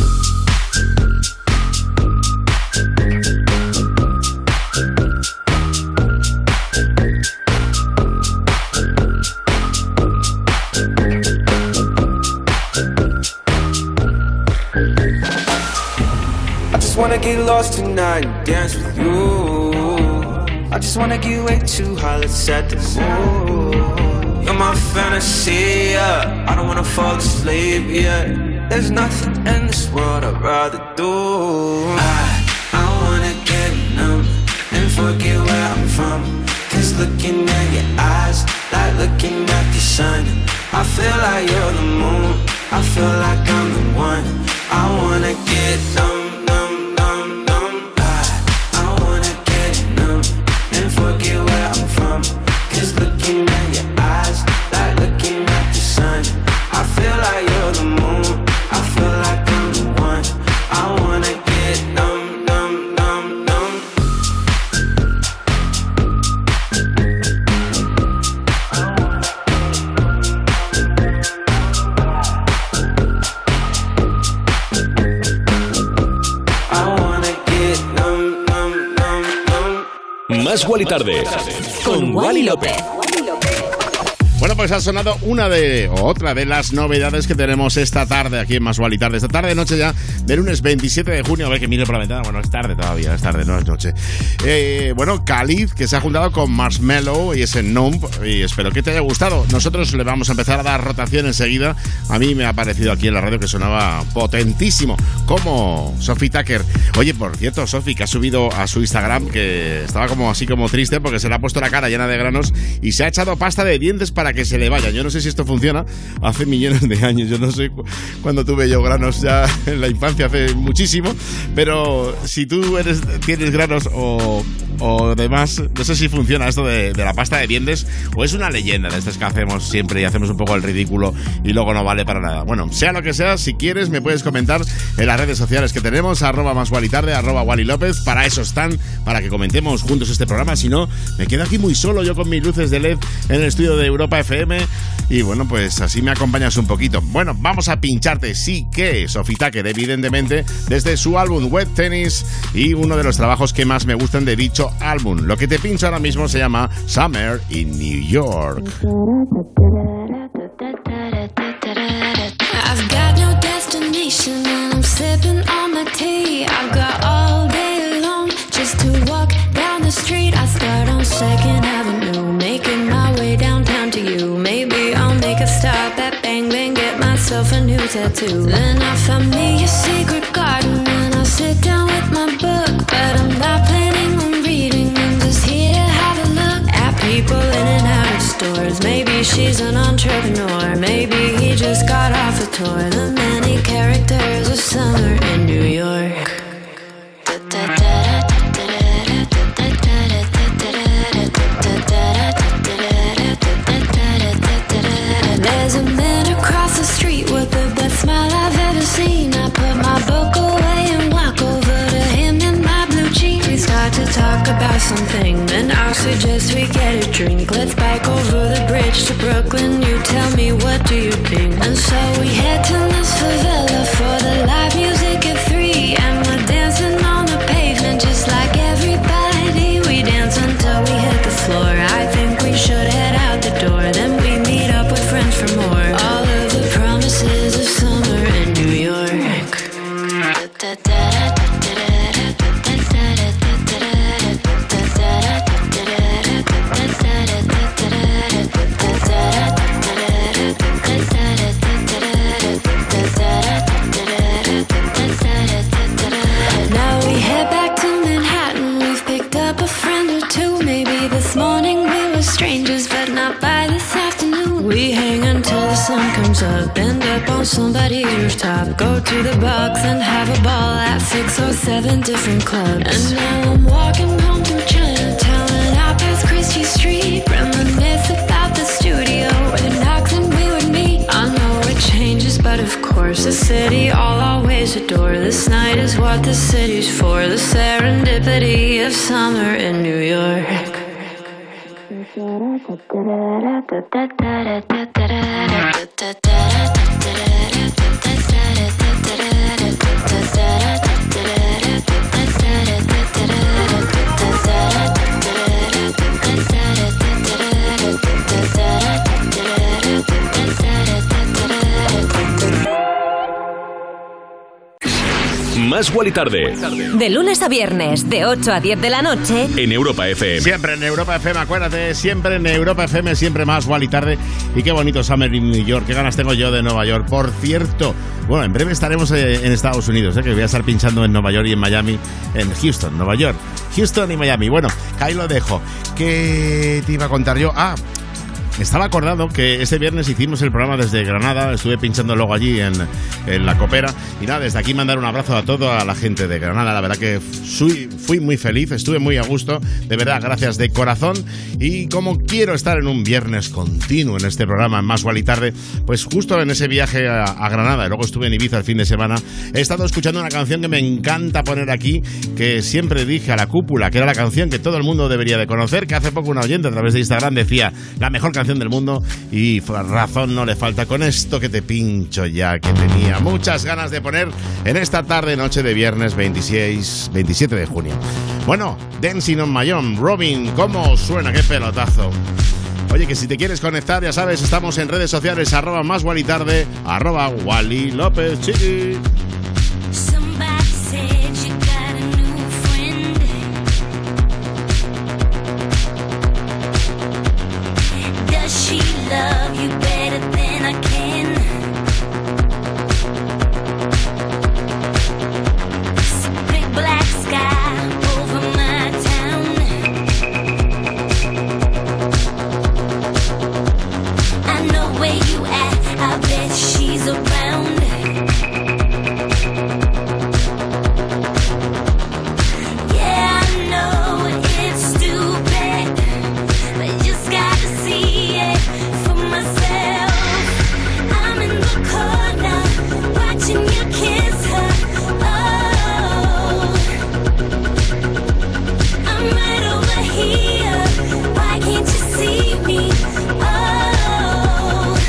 I just wanna get lost tonight and dance with you. I just wanna get way too high, let's set the mood. You're my fantasy, yeah. I don't wanna fall asleep, yeah. There's nothing in this world I'd rather do. I wanna get numb and forget where I'm from. Cause looking at your eyes, like looking at the sun. I feel like you're the moon, I feel like I'm the one. I wanna get numb, numb, numb, numb. I wanna get numb and forget where I'm from. Cause looking at your eyes, like looking at the sun. I feel like you're the moon, I feel like I'm the one. I wanna get numb, numb, numb, numb. I wanna get numb, numb, numb, numb. Más Wally Tarde con Wally López. Bueno, pues ha sonado otra de las novedades que tenemos esta tarde aquí en Más Wally Tarde. Esta tarde, noche ya, de lunes 27 de junio. A ver que mire por la ventana. Bueno, es tarde todavía, es tarde, no es noche. Bueno, Khalid, que se ha juntado con Marshmello y ese Numb. Y espero que te haya gustado. Nosotros le vamos a empezar a dar rotación enseguida. A mí me ha parecido aquí en la radio que sonaba potentísimo, como Sophie Tucker. Oye, por cierto, Sophie, que ha subido a su Instagram, que estaba como así como triste porque se le ha puesto la cara llena de granos y se ha echado pasta de dientes para que se le vaya. Yo no sé si esto funciona. Hace millones de años, yo no sé cuándo tuve yo granos, ya en la infancia, hace muchísimo, pero si tú tienes granos o demás, no sé si funciona esto de la pasta de dientes o es una leyenda de estas que hacemos siempre y hacemos un poco el ridículo y luego no vale para nada. Bueno, sea lo que sea, si quieres me puedes comentar en las redes sociales que tenemos, @máswallytarde, @wallylopez. Para eso están, para que comentemos juntos este programa. Si no, me quedo aquí muy solo yo con mis luces de LED en el estudio de Europa FM y bueno, pues así me acompañas un poquito. Bueno, vamos a pincharte Sí que Sophie Tucker, evidentemente, desde su álbum Wet Tennis y uno de los trabajos que más me gustan de dicho álbum. Lo que te pincho ahora mismo se llama Summer in New York. I've got no destination and I'm sipping on my tea. I've got all day long just to walk down the street. I start on 2nd Avenue, making my way downtown to you. Maybe I'll make a stop at Bang Bang, get myself a new tattoo. Then I find me a secret garden and I'll sit down with my book. But I'm not planning on reading, I'm just here to have a look at people in and out of stores. Maybe she's an entrepreneur, maybe he just got off a tour. The many characters of summer in New York. There's a man across the street with the best smile I've ever seen. I put my book away and walk over to him in my blue jeans. We start to talk about something, then I'll suggest we get a drink. Let's bike over the bridge to Brooklyn. You tell me, what do you think? And so we head to this favela for the live music at 3. And we're dancing on the pavement just like everybody. We dance until we hit the floor. I think we should head out the door. Then we meet up with friends for more. All of the promises out, end up on somebody's rooftop. Go to the box and have a ball at 6 or 7 different clubs. And now I'm walking home through Chinatown and out past Christie Street. Reminisce about the studio where the knocks and we would meet. I know it changes, but of course the city I'll always adore. This night is what the city's for. The serendipity of summer in New York. Más Wally Tarde. De lunes a viernes, de 8 a 10 de la noche. En Europa FM. Siempre en Europa FM, acuérdate. Siempre en Europa FM, siempre más Wally Tarde. Y qué bonito Summer in New York. Qué ganas tengo yo de Nueva York. Por cierto, bueno, en breve estaremos en Estados Unidos, que voy a estar pinchando en Nueva York y en Miami. En Houston, Nueva York. Houston y Miami. Bueno, ahí lo dejo. ¿Qué te iba a contar yo? Estaba acordado que este viernes hicimos el programa desde Granada, estuve pinchando luego allí en La Copera, y nada, desde aquí mandar un abrazo a toda la gente de Granada. La verdad que fui muy feliz, estuve muy a gusto, de verdad, gracias de corazón. Y como quiero estar en un viernes continuo en este programa, en Más Wally Tarde, pues justo en ese viaje a Granada, y luego estuve en Ibiza el fin de semana, he estado escuchando una canción que me encanta poner aquí, que siempre dije a la cúpula, que era la canción que todo el mundo debería de conocer, que hace poco una oyente a través de Instagram decía, la mejor canción del mundo, y razón no le falta con esto que te pincho ya, que tenía muchas ganas de poner en esta tarde noche de viernes 27 de junio. Bueno, Dancing on My Own, Robin, ¿cómo suena? ¡Qué pelotazo! Oye, que si te quieres conectar, ya sabes, estamos en redes sociales, @más Wally Tarde, @Wally López Chiqui. Love you better than I can. It's a big black sky over my town. I know where you at, I bet she's around. Yeah, I know it's stupid, but you just gotta see it. I'm in the corner, watching you kiss her. Oh, I'm right over here. Why can't you see me? Oh,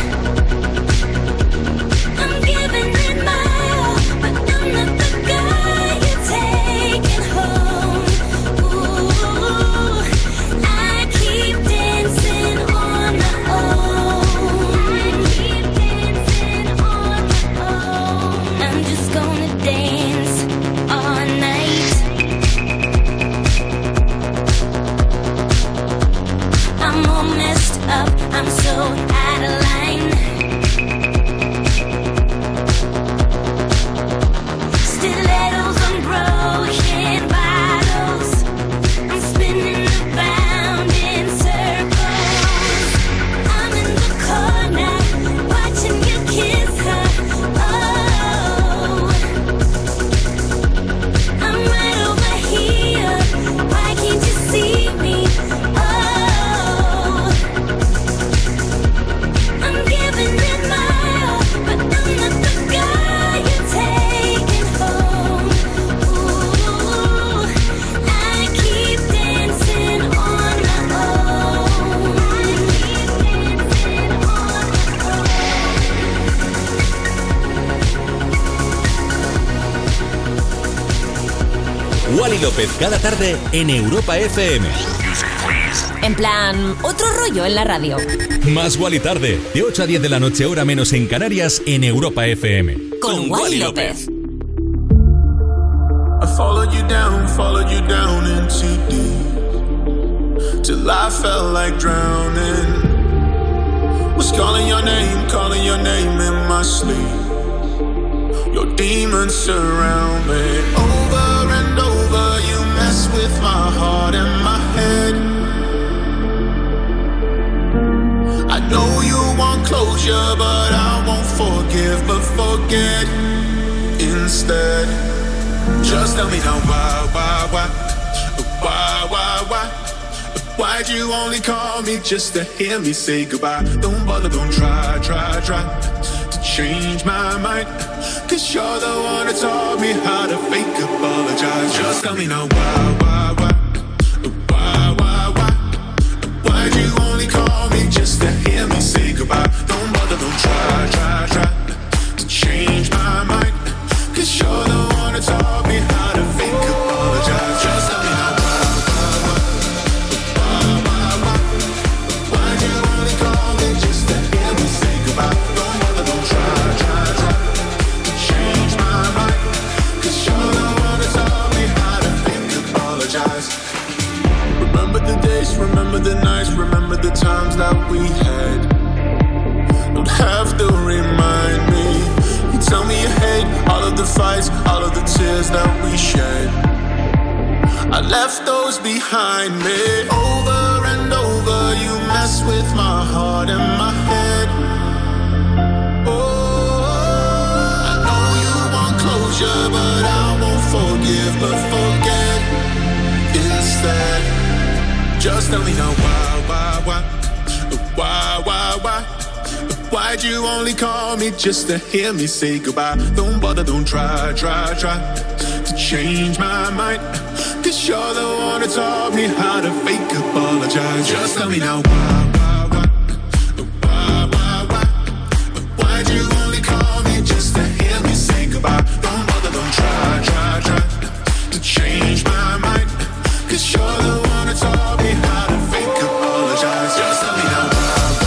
I'm giving it my all, but I'm not the guy you're taking home. Ooh, I keep dancing on my own. I'm just gonna dance all night. I'm all messed up, I'm so out of line. Stilettos on broken bottles, I'm spinning around in circles. I'm in the corner, watching you kiss her. Oh, I'm right over here. Why can't you see me? Oh, I'm giving it my all, but I'm not the guy you're taking home. Ooh, I keep dancing on my own. Wally López cada tarde en Europa FM. En plan, otro rollo en la radio. Más Wally Tarde, de 8 a 10 de la noche, hora menos en Canarias, en Europa FM. Con Wally López. I followed you down into deep, till I felt like drowning. Was calling your name in my sleep. Your demons surround me. Over and over, you mess with my heart and my head. I know you want closure, but I won't forget. but forget instead. Just tell me now why? Why'd you only call me just to hear me say goodbye? Don't bother, don't try to change my mind. Cause you're the one that taught me how to fake apologize. Just tell me now why? Why'd you only call me just to hear me say goodbye? Don't bother, don't try to change my mind. Cause you're the one that taught me how to fake apologize. Just tell me now why'd you only call me just to hear me say goodbye? Don't bother, don't try to change my mind. Cause you're the one that taught me how to fake apologize. Remember the days, remember the nights, remember the times that we had. Don't have to remind me. You tell me you hate all of the fights, all of the tears that we shed. I left those behind me. Over and over you mess with my heart and my head. Oh, I know you want closure, but I won't forgive, but forget instead. Just tell me now why? Why'd you only call me just to hear me say goodbye? Don't bother, don't try to change my mind. Cause you're the one that taught me how to fake apologize. Just tell me now why? Why'd you only call me just to hear me say goodbye? Don't bother, don't try to change my mind. Cause you're the one that taught me how to fake apologize. Just tell me now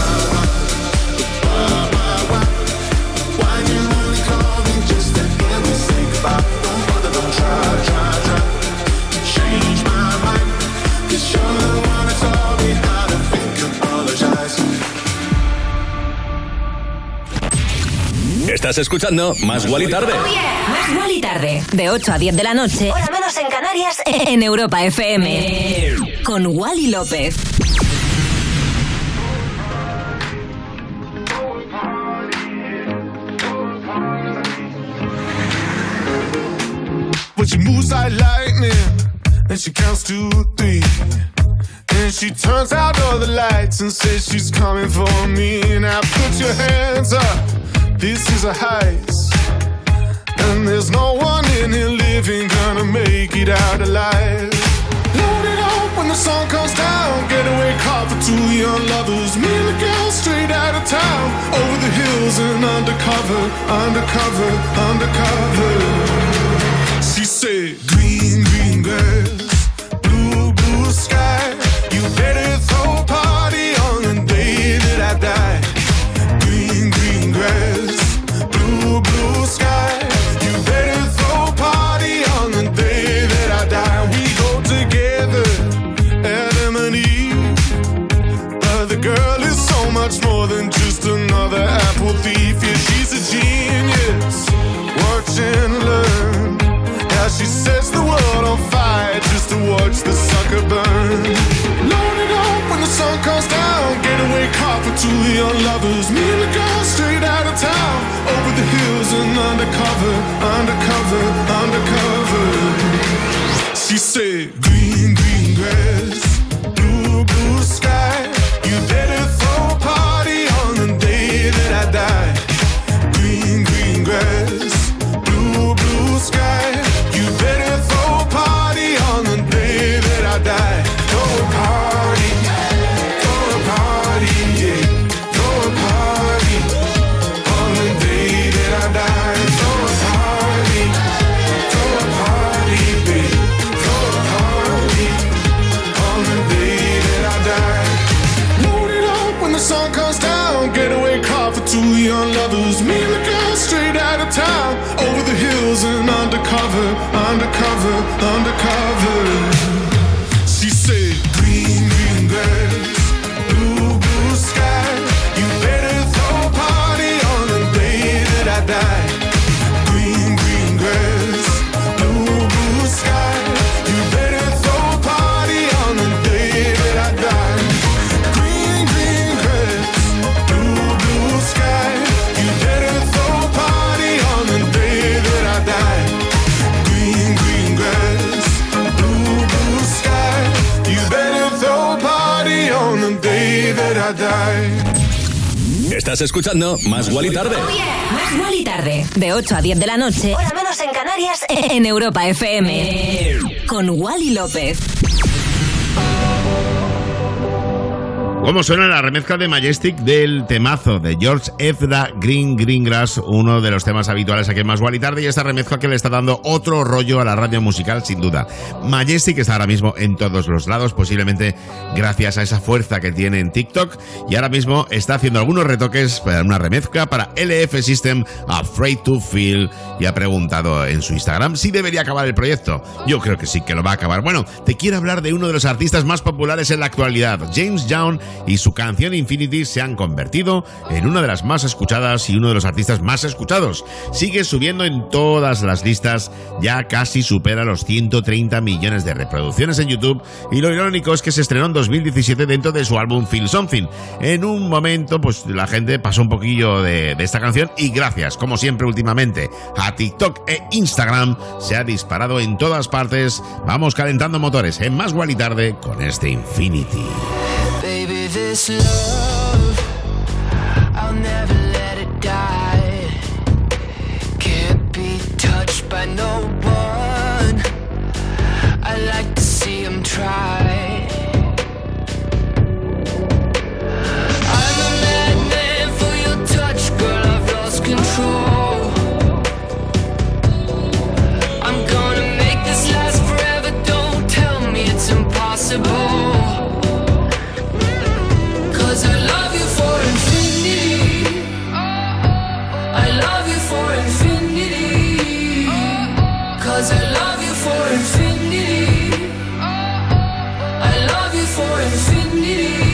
why'd you only call me just to hear me say goodbye? Don't bother, don't try to change my mind. Cause you're the one that taught me how to fake apologize. Estás escuchando Más Wally Tarde. Oh yeah. Más Wally Tarde. De 8 a 10 de la noche. Hora menos en Canarias. En Europa FM. Con Wally López. But she moves like lightning, and she counts to 3. And she turns out all the lights and says she's coming for me. Now put your hands up, this is a heist. And there's no one in here living gonna make it out alive. Load it up when the sun comes down. Getaway car for 2 young lovers. Me and the girl straight out of town. Over the hills and undercover. She said, green, green grass, blue, blue sky. You better throw a party on the day that I die. Green, green grass, blue, blue sky. You better throw a party on the day that I die. We go together, Adam and Eve. But the girl is so much more than just another apple thief. Yeah, she's a genius. Watch and learn. She sets the world on fire just to watch the sucker burn. Load it up when the sun comes down. Getaway car for 2 young lovers. Me and the girl straight out of town. Over the hills and undercover. She said, green, green grass, blue, blue sky. You better throw a party on the day that I die. Green, green grass, blue, blue sky. You better throw a party on the day that I die. Throw a party, yeah. Throw a party on the day that I die. Throw a party, babe. Throw a party on the day that I die. Load it up I die. Estás escuchando Más Guali Tarde. Más Guali Tarde. De 8 a 10 de la noche. Hora menos en Canarias. En Europa FM. Con Wally López. ¿Cómo suena la remezcla de Majestic del temazo de George Ezra Greengrass, uno de los temas habituales aquí en Más Guali Tarde, y esta remezcla que le está dando otro rollo a la radio musical, sin duda. Majestic está ahora mismo en todos los lados, posiblemente gracias a esa fuerza que tiene en TikTok, y ahora mismo está haciendo algunos retoques para una remezcla para LF System, Afraid to Feel, y ha preguntado en su Instagram si debería acabar el proyecto. Yo creo que sí, que lo va a acabar. Bueno, te quiero hablar de uno de los artistas más populares en la actualidad. James Young y su canción Infinity se han convertido en una de las más escuchadas y uno de los artistas más escuchados. Sigue subiendo en todas las listas, ya casi supera los 130 millones de reproducciones en YouTube, y lo irónico es que se estrenó en 2017 dentro de su álbum Feel Something. En un momento, pues la gente pasó un poquillo de esta canción, y gracias, como siempre últimamente, a TikTok e Instagram, se ha disparado en todas partes. Vamos calentando motores en Más Guali Tarde con este Infinity. Baby, this love, I'll never let it die. Can't be touched by no one. I like to see him try. I'm a madman for your touch, girl, I've lost control. I'm gonna make this last forever, don't tell me it's impossible. I love you for infinity. I love you for infinity. 'Cause I love you for infinity. I love you for infinity.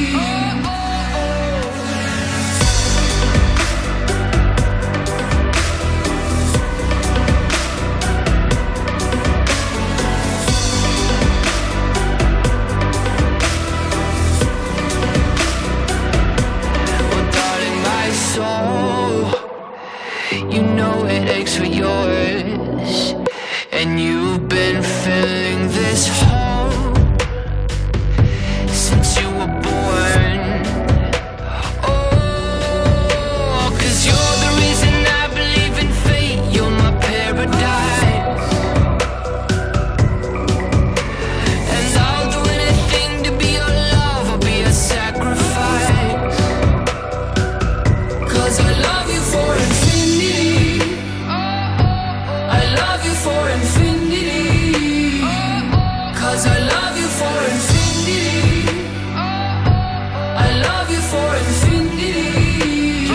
You know it aches for yours, and you've been filling this hole since you were born. Oh, 'cause you're the reason I believe in fate, you're my paradise, and I'll do anything to be your love, I'll be a sacrifice, 'cause I love you for infinity. I love you for infinity. 'Cause I love you for infinity. I love you for infinity.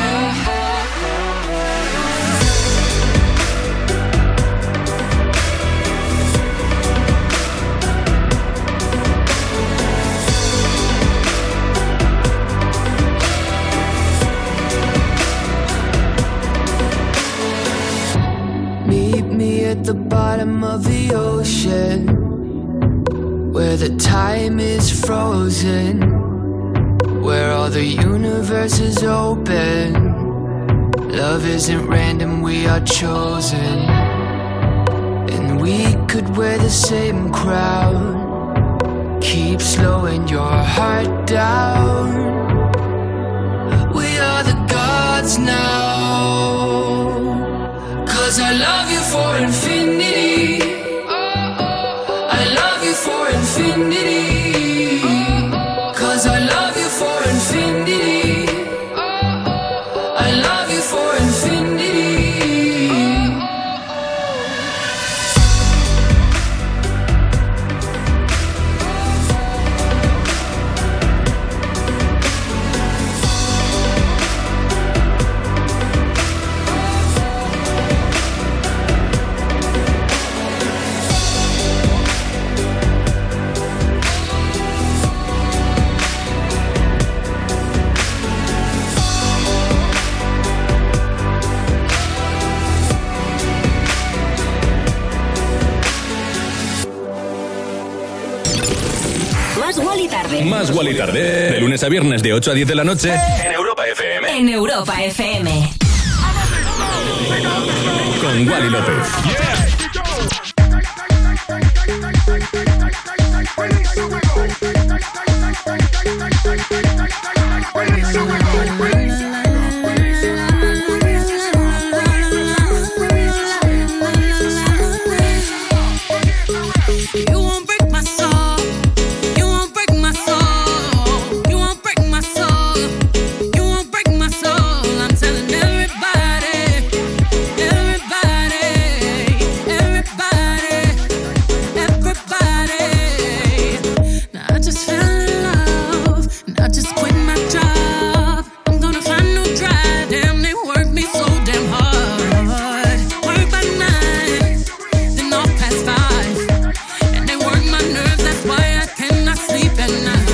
Meet me at the bottom of the ocean, where the time is frozen, where all the universe is open. Love isn't random, we are chosen, and we could wear the same crown. Keep slowing your heart down. We are the gods now. 'Cause I love you for infinity. I love you for infinity. 'Cause I love you for infinity. I love you for infinity. Más Guali Tarde. De lunes a viernes de 8 a 10 de la noche. En Europa FM. En Europa FM. Con Wally López. Yeah. my soul. You won't break my soul. You won't break my soul. You won't break my soul. I'm telling everybody, everybody, everybody, everybody. Now I just fell in love, and I just quit my job. I'm gonna find no drive. Damn, they work me so damn hard. Work by 9, then off past 5, and they work my nerves. That's why I cannot sleep at night.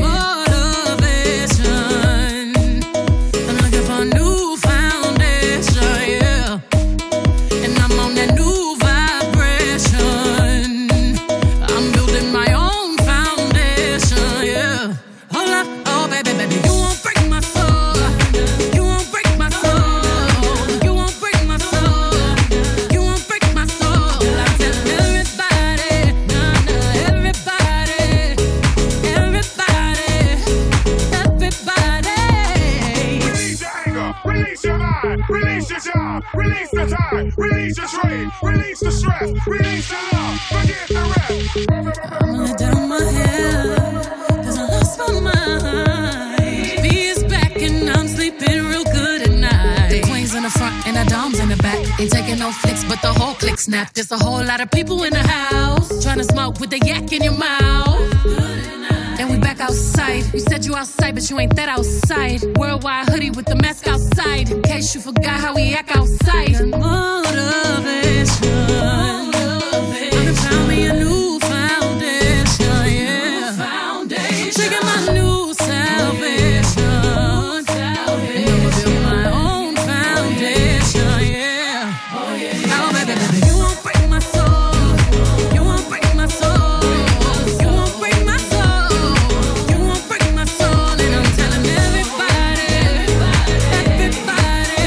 Motivation. I'm looking for a new foundation, yeah. And I'm on that new vibration. I'm building my own foundation, yeah. Hold up, oh baby, baby, you won't break my soul. You won't break my soul. You won't break my soul. You won't break my soul. I'm telling everybody, nah, nah, everybody, everybody, everybody. Release your anger, release your mind, release your job, release the time, release your trade, release the stress, release the love, forget the rest. I'ma let down my hair, 'cause I lost my mind. B is back and I'm sleeping real good at night. The queen's in the front and the dom's in the back. Ain't taking no flicks, but the whole click snap. There's a whole lot of people in the house trying to smoke with the yak in your mouth. And we back outside. You said you outside, but you ain't that outside. Worldwide hoodie with the mask outside. In case you forgot how we act outside. Motivation. I found me a new foundation, yeah. Trigger my new salvation. And I'ma build my own foundation, yeah. Now, baby, baby, you won't break my soul. You won't break my soul. You won't break my soul. You won't break my soul. And I'm telling everybody, everybody,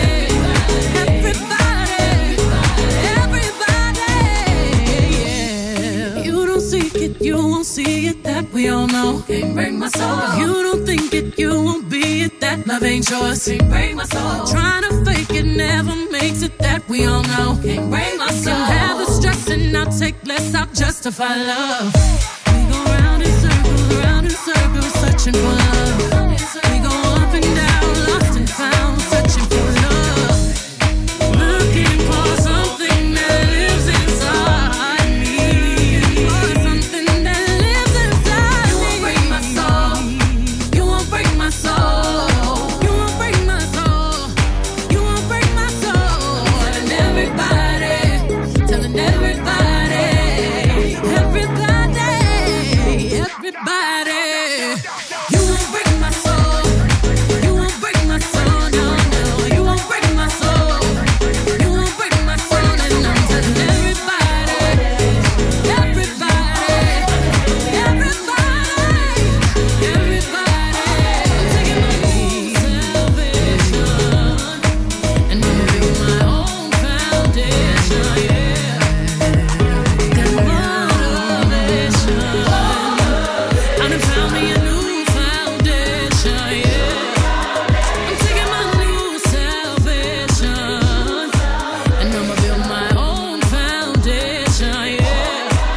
everybody, yeah. You don't seek it, you won't see it, that we all know. Can't break my soul. If you don't think it, you won't be it, that love ain't yours. Can't break my soul. Trying to fake it never makes it, that we all know. Can't break my soul. Can have the stress and I'll take less, I'll justify love. We go round in circles, searching for love. We go up and down, lost and found, searching for love. Looking for something that lives inside me. For something that lives inside me. You won't break my soul. You won't break my soul. You won't break my soul. You won't break my soul. Telling everybody, telling everybody, everybody, everybody. You won't break my soul. You won't break my soul. No, no. You won't break my soul. You won't break my soul. And I'm telling everybody, everybody, everybody, everybody. I'm taking my new salvation, and I'm building my own foundation, yeah. Got motivation. I done found me a new foundation, yeah. I'm taking my new salvation, and I'ma build my own foundation, yeah.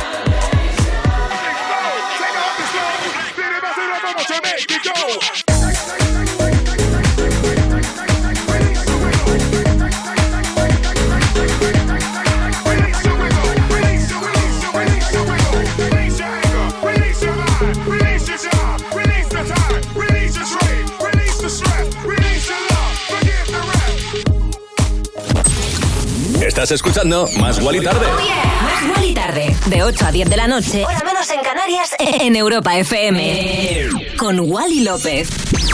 Estás escuchando Más Guali Tarde. Más Guali Tarde, de 8 a 10 de la noche, hora menos en Canarias, en Europa FM. Con Wally López.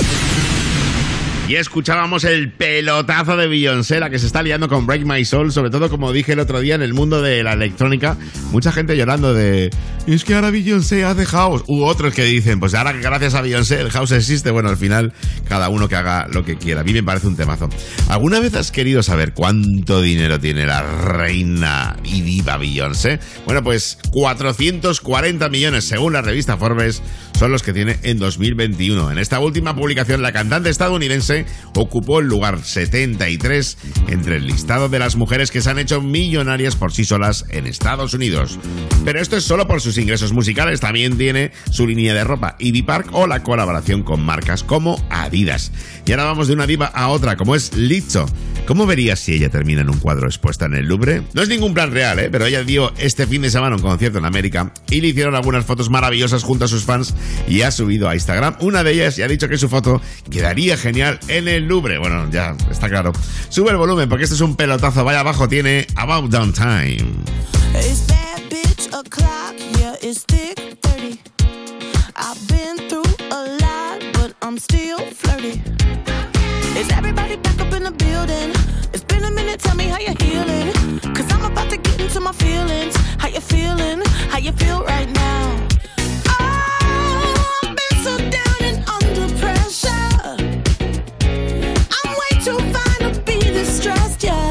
Y escuchábamos el pelotazo de Beyoncé, la que se está liando con Break My Soul, sobre todo, como dije el otro día, en el mundo de la electrónica. Mucha gente llorando de... Es que ahora Beyoncé hace house. U otros que dicen, pues ahora gracias a Beyoncé el house existe. Bueno, al final, cada uno que haga lo que quiera. A mí me parece un temazo. ¿Alguna vez has querido saber cuánto dinero tiene la reina y diva Beyoncé? Bueno, pues 440 millones, según la revista Forbes, son los que tiene en 2021. En esta última publicación, la cantante estadounidense 2014 ocupó el lugar 73 entre el listado de las mujeres que se han hecho millonarias por sí solas en Estados Unidos. Pero esto es solo por sus ingresos musicales, también tiene su línea de ropa Ivy Park o la colaboración con marcas como Adidas. Y ahora vamos de una diva a otra, como es Lizzo. ¿Cómo verías si ella termina en un cuadro expuesta en el Louvre? No es ningún plan real, pero ella dio este fin de semana un concierto en América y le hicieron algunas fotos maravillosas junto a sus fans y ha subido a Instagram una de ellas y ha dicho que su foto quedaría genial en el Louvre. Bueno, ya está claro. Sube el volumen porque este es un pelotazo. Vaya abajo, tiene About Damn Time. It's bad bitch o'clock, yeah, it's thick 30. I've been through a lot, but I'm still flirty. Is everybody back up in the building? It's been a minute, tell me how you're healing. Cause I'm about to get into my feelings. How you feeling? How you feel right now? Oh, I've been so down and under pressure. I'm way too fine to be this stressed, yeah.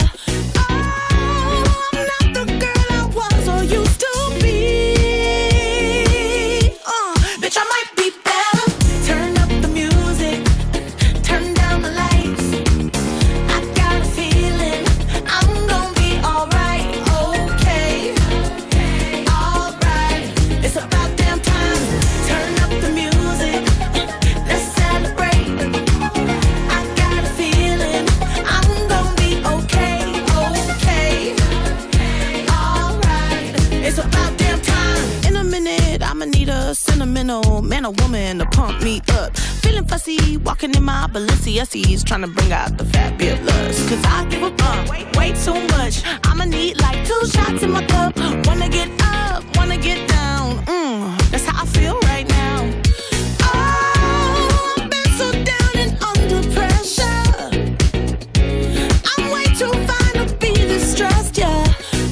Sentimental man or woman to pump me up. Feeling fussy, walking in my Balenciennes, trying to bring out the fabulous. Cause I give up way too much. I'ma need like 2 shots in my cup. Wanna get up, wanna get down. That's how I feel right now. Oh, I've been so down and under pressure. I'm way too fine to be this stressed, yeah.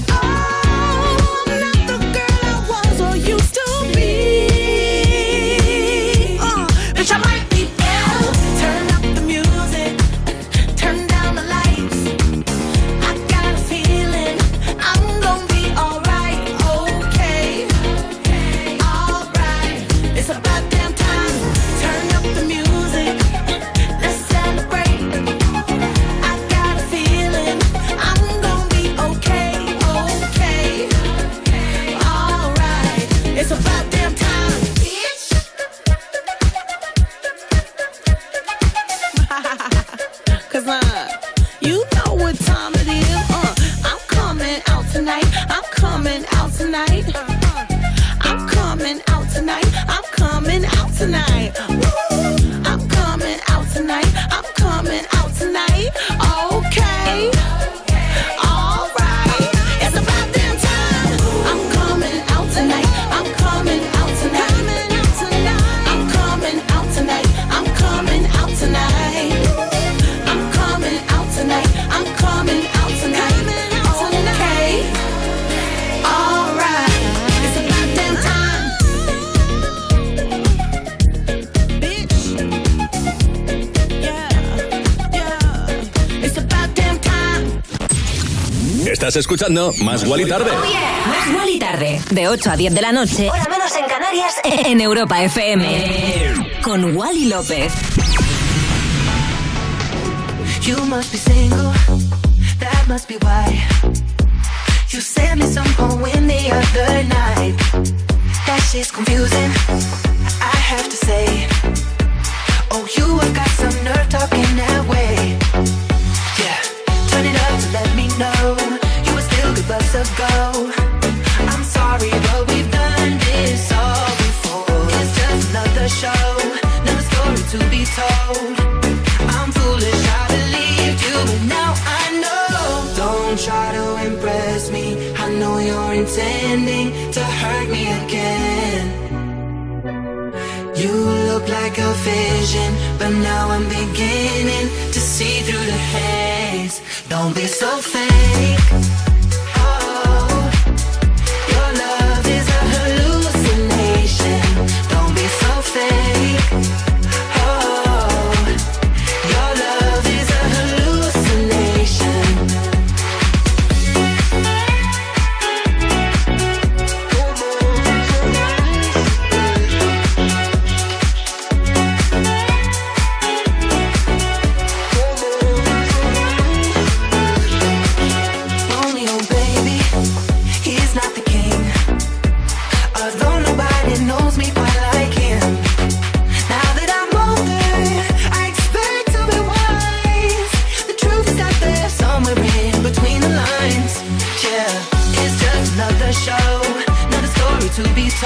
Estás escuchando Más Guali Tarde. Oh yeah. Más Guali Tarde. De 8 a 10 de la noche. Hora menos en Canarias. En Europa FM. Con Wally López. You must be single. That must be why. You sent me some poem the other night. That shit's confusing. I have to say. Oh, you have got some nerve talking that way. Yeah. Turn it up to let me know. Bucks ago. I'm sorry, but we've done this all before. It's just another show, another story to be told. I'm foolish, I believed you, but now I know. Don't try to impress me. I know you're intending to hurt me again. You look like a vision, but now I'm beginning to see through the haze. Don't be so fake.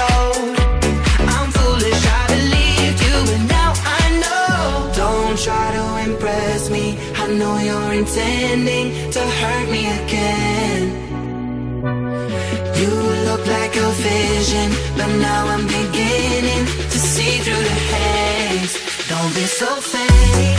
told. I'm foolish, I believed you, and now I know. Don't try to impress me, I know you're intending to hurt me again. You look like a vision, but now I'm beginning to see through the haze. Don't be so fake.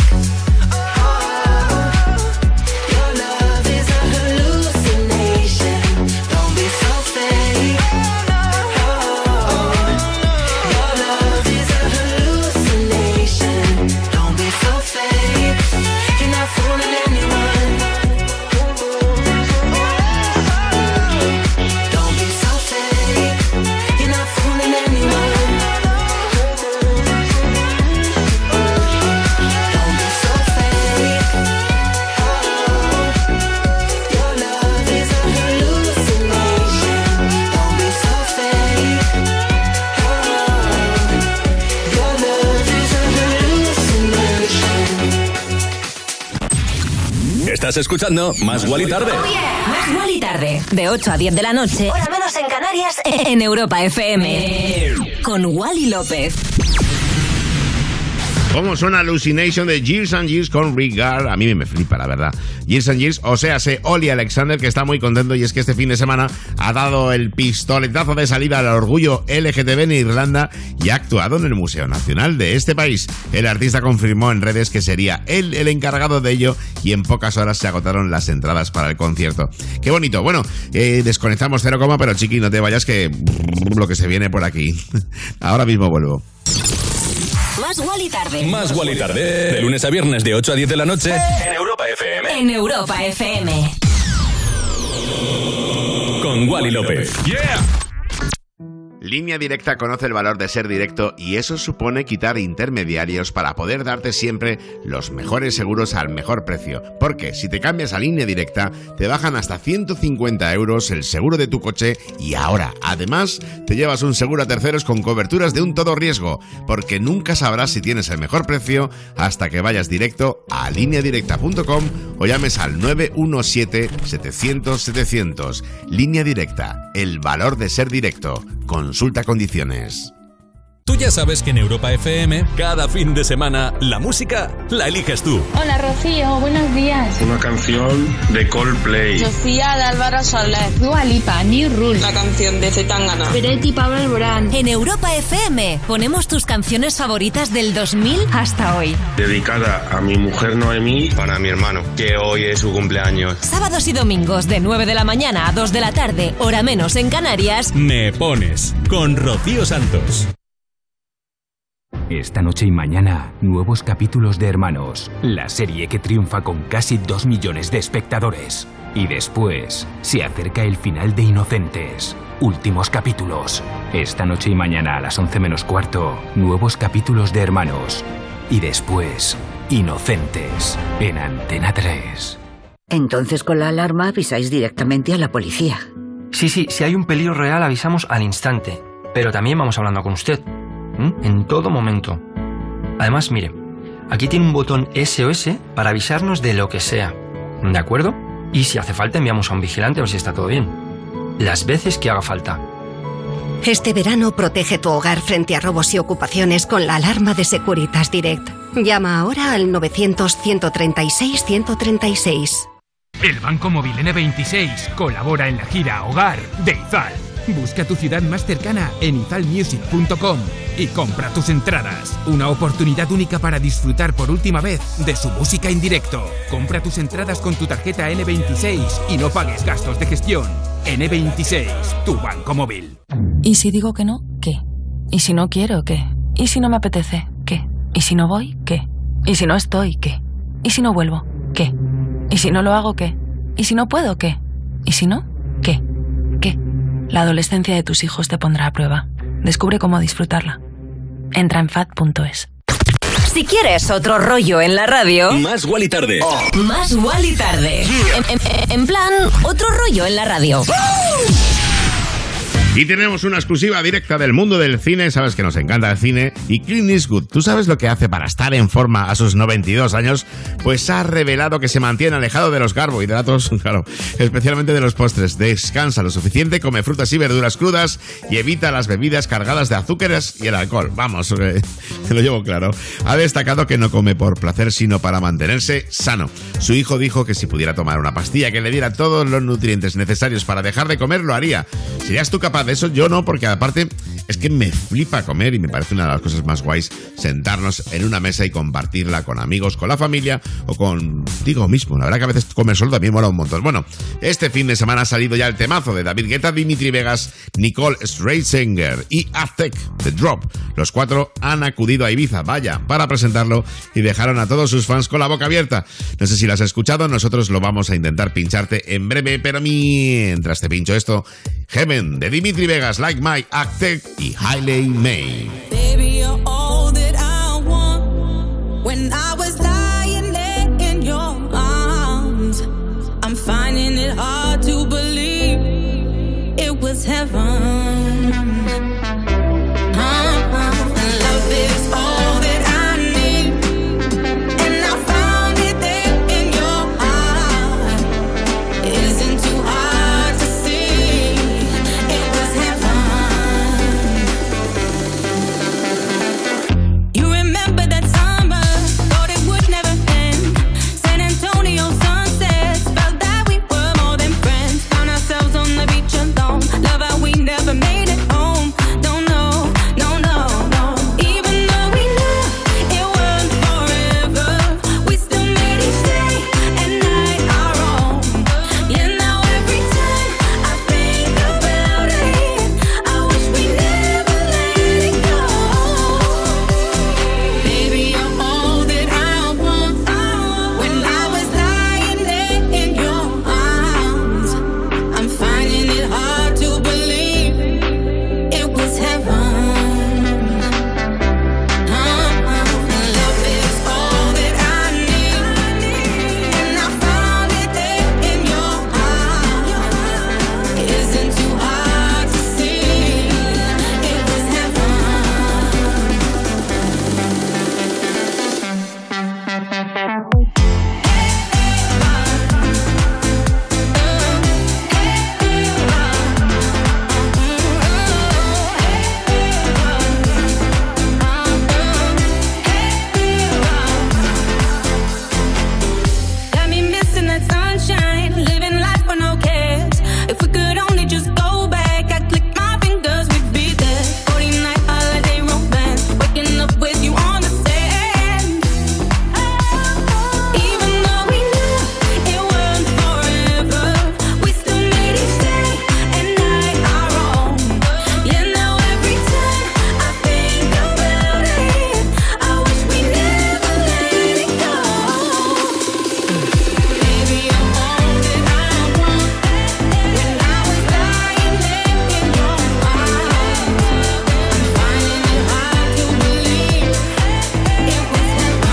Estás escuchando Más Guali Tarde. Oh, yeah. Más Guali Tarde, de 8 a 10 de la noche, hora menos en Canarias, en Europa FM. Con Wally López. ¿Cómo suena Hallucination de Years and Years con Rick Gard? A mí me flipa, la verdad. Years and Years, o sea, Oli Alexander, que está muy contento, y es que este fin de semana ha dado el pistoletazo de salida al orgullo LGTB en Irlanda y ha actuado en el Museo Nacional de este país. El artista confirmó en redes que sería él el encargado de ello y en pocas horas se agotaron las entradas para el concierto. ¡Qué bonito! Bueno, desconectamos 0, pero chiqui, no te vayas que lo que se viene por aquí. Ahora mismo vuelvo. Más Guali Tarde. Más Guali Tarde. De lunes a viernes de 8 a 10 de la noche. En Europa FM. En Europa FM. Con Wally López. ¡Yeah! Línea Directa conoce el valor de ser directo y eso supone quitar intermediarios para poder darte siempre los mejores seguros al mejor precio. Porque si te cambias a Línea Directa, te bajan hasta 150 euros el seguro de tu coche y ahora, además, te llevas un seguro a terceros con coberturas de un todo riesgo. Porque nunca sabrás si tienes el mejor precio hasta que vayas directo a lineadirecta.com o llames al 917-700-700. Línea Directa, el valor de ser directo. Consulta condiciones. Tú ya sabes que en Europa FM, cada fin de semana, la música la eliges tú. Hola Rocío, buenos días. Una canción de Coldplay. Sofía de Álvaro Soler. Dua Lipa, New Rule. La canción de Zetangana. Peretti, Pablo Alborán. En Europa FM ponemos tus canciones favoritas del 2000 hasta hoy. Dedicada a mi mujer Noemí. Para mi hermano, que hoy es su cumpleaños. Sábados y domingos de 9 de la mañana a 2 de la tarde, hora menos en Canarias. Me Pones, con Rocío Santos. Esta noche y mañana, nuevos capítulos de Hermanos, la serie que triunfa con casi 2 millones de espectadores. Y después, se acerca el final de Inocentes. Últimos capítulos. Esta noche y mañana a las 11 menos cuarto, nuevos capítulos de Hermanos. Y después, Inocentes, en Antena 3. Entonces con la alarma avisáis directamente a la policía. Sí, si hay un peligro real avisamos al instante. Pero también vamos hablando con usted. En todo momento. Además, mire, aquí tiene un botón SOS para avisarnos de lo que sea. ¿De acuerdo? Y si hace falta enviamos a un vigilante a ver si está todo bien. Las veces que haga falta. Este verano protege tu hogar frente a robos y ocupaciones con la alarma de Securitas Direct. Llama ahora al 900-136-136. El Banco Móvil N26 colabora en la gira Hogar de Izal. Busca tu ciudad más cercana en izalmusic.com y compra tus entradas. Una oportunidad única para disfrutar por última vez de su música en directo. Compra tus entradas con tu tarjeta N26 y no pagues gastos de gestión. N26, tu banco móvil. ¿Y si digo que no? ¿Qué? ¿Y si no quiero? ¿Qué? ¿Y si no me apetece? ¿Qué? ¿Y si no voy? ¿Qué? ¿Y si no estoy? ¿Qué? ¿Y si no vuelvo? ¿Qué? ¿Y si no lo hago? ¿Qué? ¿Y si no puedo? ¿Qué? ¿Y si no? ¿Qué? ¿Qué? La adolescencia de tus hijos te pondrá a prueba. Descubre cómo disfrutarla. Entra en fat.es. Si quieres otro rollo en la radio, Más Guali Tarde. Más Guali Tarde. En plan, otro rollo en la radio. Y tenemos una exclusiva directa del mundo del cine. Sabes que nos encanta el cine. Y Clint Eastwood, ¿tú sabes lo que hace para estar en forma a sus 92 años? Pues ha revelado que se mantiene alejado de los carbohidratos, claro, especialmente de los postres. Descansa lo suficiente, come frutas y verduras crudas y evita las bebidas cargadas de azúcares y el alcohol. Vamos, te lo llevo claro. Ha destacado que no come por placer, sino para mantenerse sano. Su hijo dijo que si pudiera tomar una pastilla que le diera todos los nutrientes necesarios para dejar de comer, lo haría. ¿Serías tú capaz de eso? Yo no, porque aparte es que me flipa comer y me parece una de las cosas más guays sentarnos en una mesa y compartirla con amigos, con la familia o contigo mismo. La verdad que a veces comer solo también mola un montón. Bueno, este fin de semana ha salido ya el temazo de David Guetta, Dimitri Vegas, Nicole Scherzinger y Aztec, The Drop. Los cuatro han acudido a Ibiza, vaya, para presentarlo y dejaron a todos sus fans con la boca abierta. No sé si lo has escuchado, nosotros lo vamos a intentar pincharte en breve, pero mientras te pincho esto, Heaven de Dimitri Vegas, Like Mike, Aztec y Hailey May. Baby, you're all that I want. When I was lying there in your arms, I'm finding it hard to believe it was heaven. Love is all that I need, and I found it there in your heart. It isn't too hard to see, it was heaven. You remember that summer, thought it would never end. San Antonio sunsets, felt that we were more than friends. Found ourselves on the beach alone, love how we never made it home. Don't know, no, no, no. Even though we knew it wasn't forever, we still made each day and night our own. Yeah, now every time I think about it, I wish we never let it go. Baby, you're all that I want. When I was lying there in your arms, I'm finding it hard to believe it was heaven. Love is all that I need, and I found it there in your heart. It isn't too hard to see, it was heaven. Got me missing that sunshine, living life with no cares. If we could only just go back, I'd click my fingers, we'd be there. 40-night holiday romance, waking up with you on the sand. Even though we knew it wasn't forever, we still made each day and night our own. Yeah, now every time I think about it, I wish we never let it go. Baby, you're all that I want. When I was lying there in your arms, I'm finding it hard to believe it was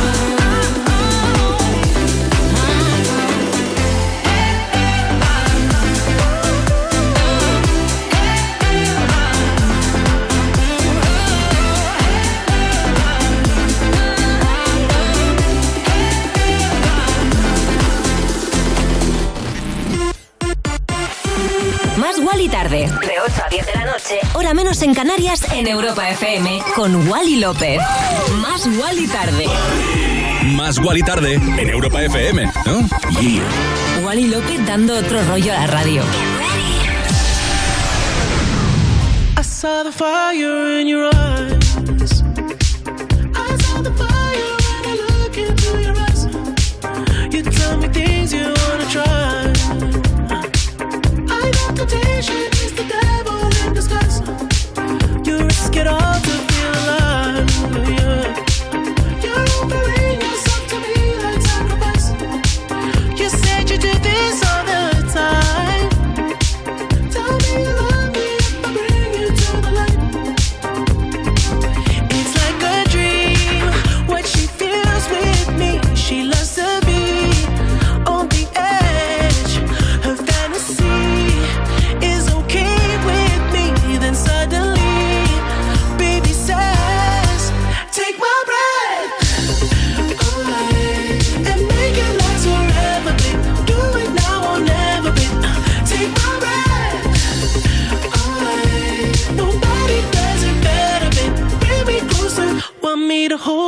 Más Wally tarde, de 8 a 10 de la noche, hora menos en Canarias, en Europa FM, con Wally López. Más Wally tarde. Más Wally tarde en Europa FM, ¿no? Yeah. Wally López dando otro rollo a la radio. I saw the fire in your eyes. I saw the fire when I look into your eyes. You tell me things you wanna try. I know temptation is the devil in disguise. You risk it all to feel alive. Yeah. You're offering yourself to me like sacrifice. You said you do this all the time. Tell me you love me if I bring you to the light. It's like a dream, what she feels with me. She loves to be on the edge. Her fantasy is okay.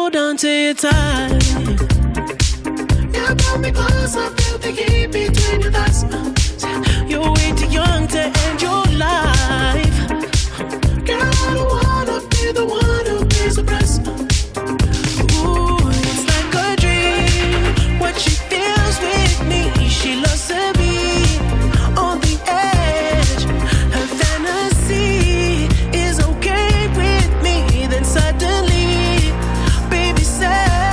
hold on to your time. You brought me close, I felt the heat between your thighs. You're way too young to end your life. Girl, I don't wanna be the one who pays the price. Ooh, it's like a dream. What she feels with me, she loves to be on the edge. Her fantasy is okay with me. Then suddenly, baby says,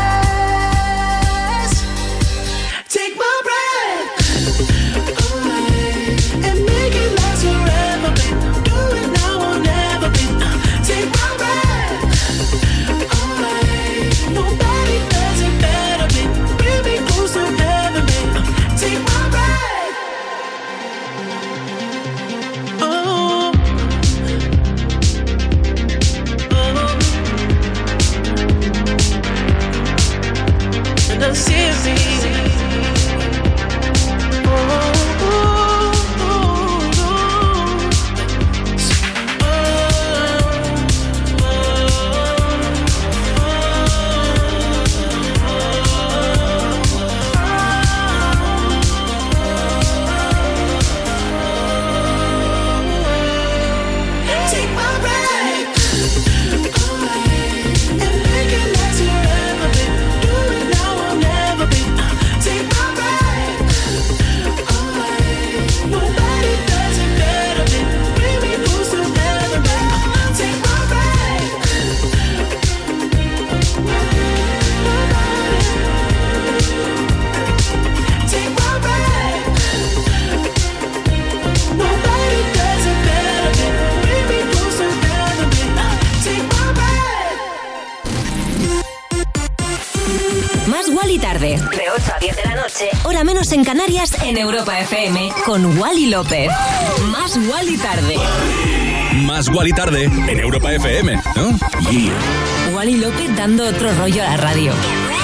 take my breath away and make it last forever, babe. Do it now or never, babe. Take my breath away. Nobody does it better, babe. Bring me close to heaven, babe. Take my breath. Oh. And I'm serious. Take my breath away and make it last forever, babe. Do it now or never, babe. Take my breath away. Nobody does it better, babe. Bring me close to heaven, babe. Take my breath. Take my breath. Nobody does it better, babe. Bring me close to heaven, babe. Take my breath. Más Wally tarde, de 8 a 10 de la noche, hora menos en Canarias, en Europa FM, con Wally López. Más Wally tarde. Más Wally tarde en Europa FM, ¿no? Yeah. Wally López dando otro rollo a la radio.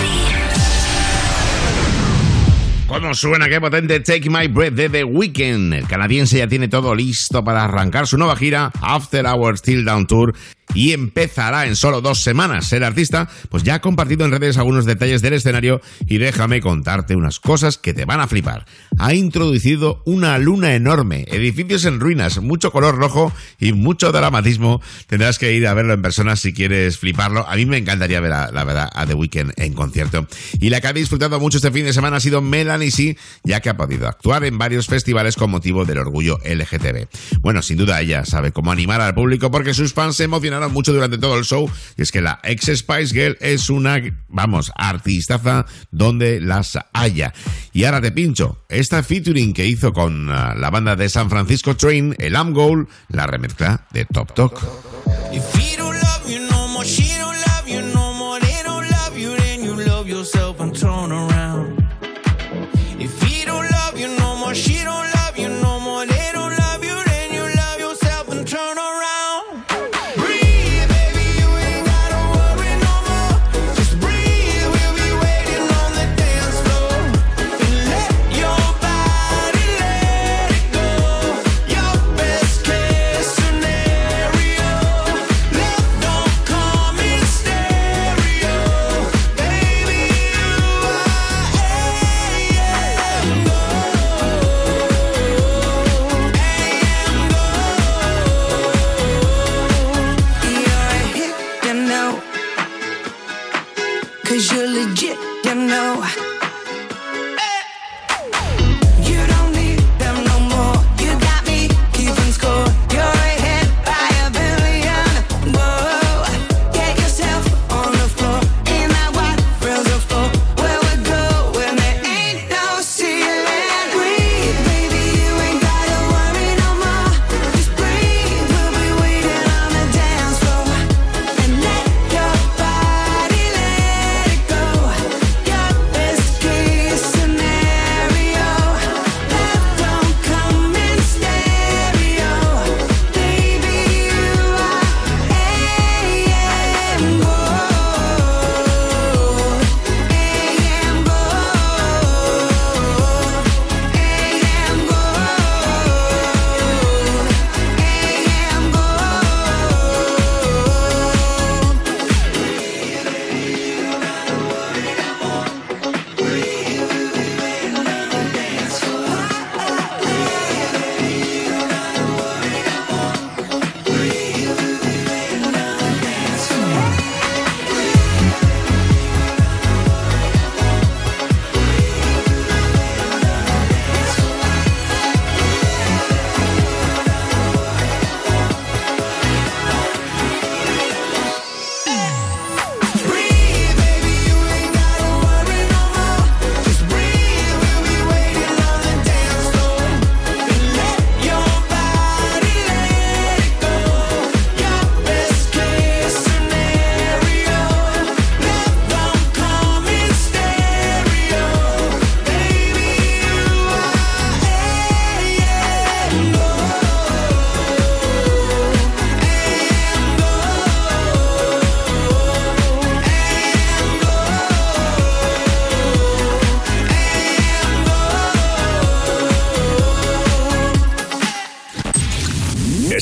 ¿Cómo suena? ¡Qué potente! Take My Breath de The Weeknd. El canadiense ya tiene todo listo para arrancar su nueva gira After Hours Till Down Tour y empezará en solo 2 semanas. El artista pues ya ha compartido en redes algunos detalles del escenario y déjame contarte unas cosas que te van a flipar. Ha introducido una luna enorme, edificios en ruinas, mucho color rojo y mucho dramatismo. Tendrás que ir a verlo en persona si quieres fliparlo. A mí me encantaría ver, la verdad, a The Weeknd en concierto. Y la que ha disfrutado mucho este fin de semana ha sido Melanie C, ya que ha podido actuar en varios festivales con motivo del orgullo LGTB. Bueno, sin duda ella sabe cómo animar al público porque sus fans se emocionaron mucho durante todo el show, y es que la ex Spice Girl es una, artistaza donde las haya. Y ahora te pincho esta featuring que hizo con la banda de San Francisco Train, el Am Goal, la remezcla de Top Talk. If he don't love you no more, she don't love you no more, they don't love you, then you love yourself and turn around. If he don't love you no more, she don't love you no more, they don't love you, then you love yourself and turn around. Breathe, baby, you ain't gotta worry no more. Just breathe, we'll be waiting on the dance floor. And let your body let it go. Your best case scenario. Love don't come in stereo. Baby, you are you're a hit, you know. 'Cause you're legit, you know. You don't need them no more. You got me keeping score. You're ahead by a billion. Whoa, get yourself on the floor. In that white frills of floor. Where we go when there ain't no ceiling. Breathe, baby, you ain't gotta worry no more. Just breathe, we'll be waiting on the dance floor. And let your body let it go. Your best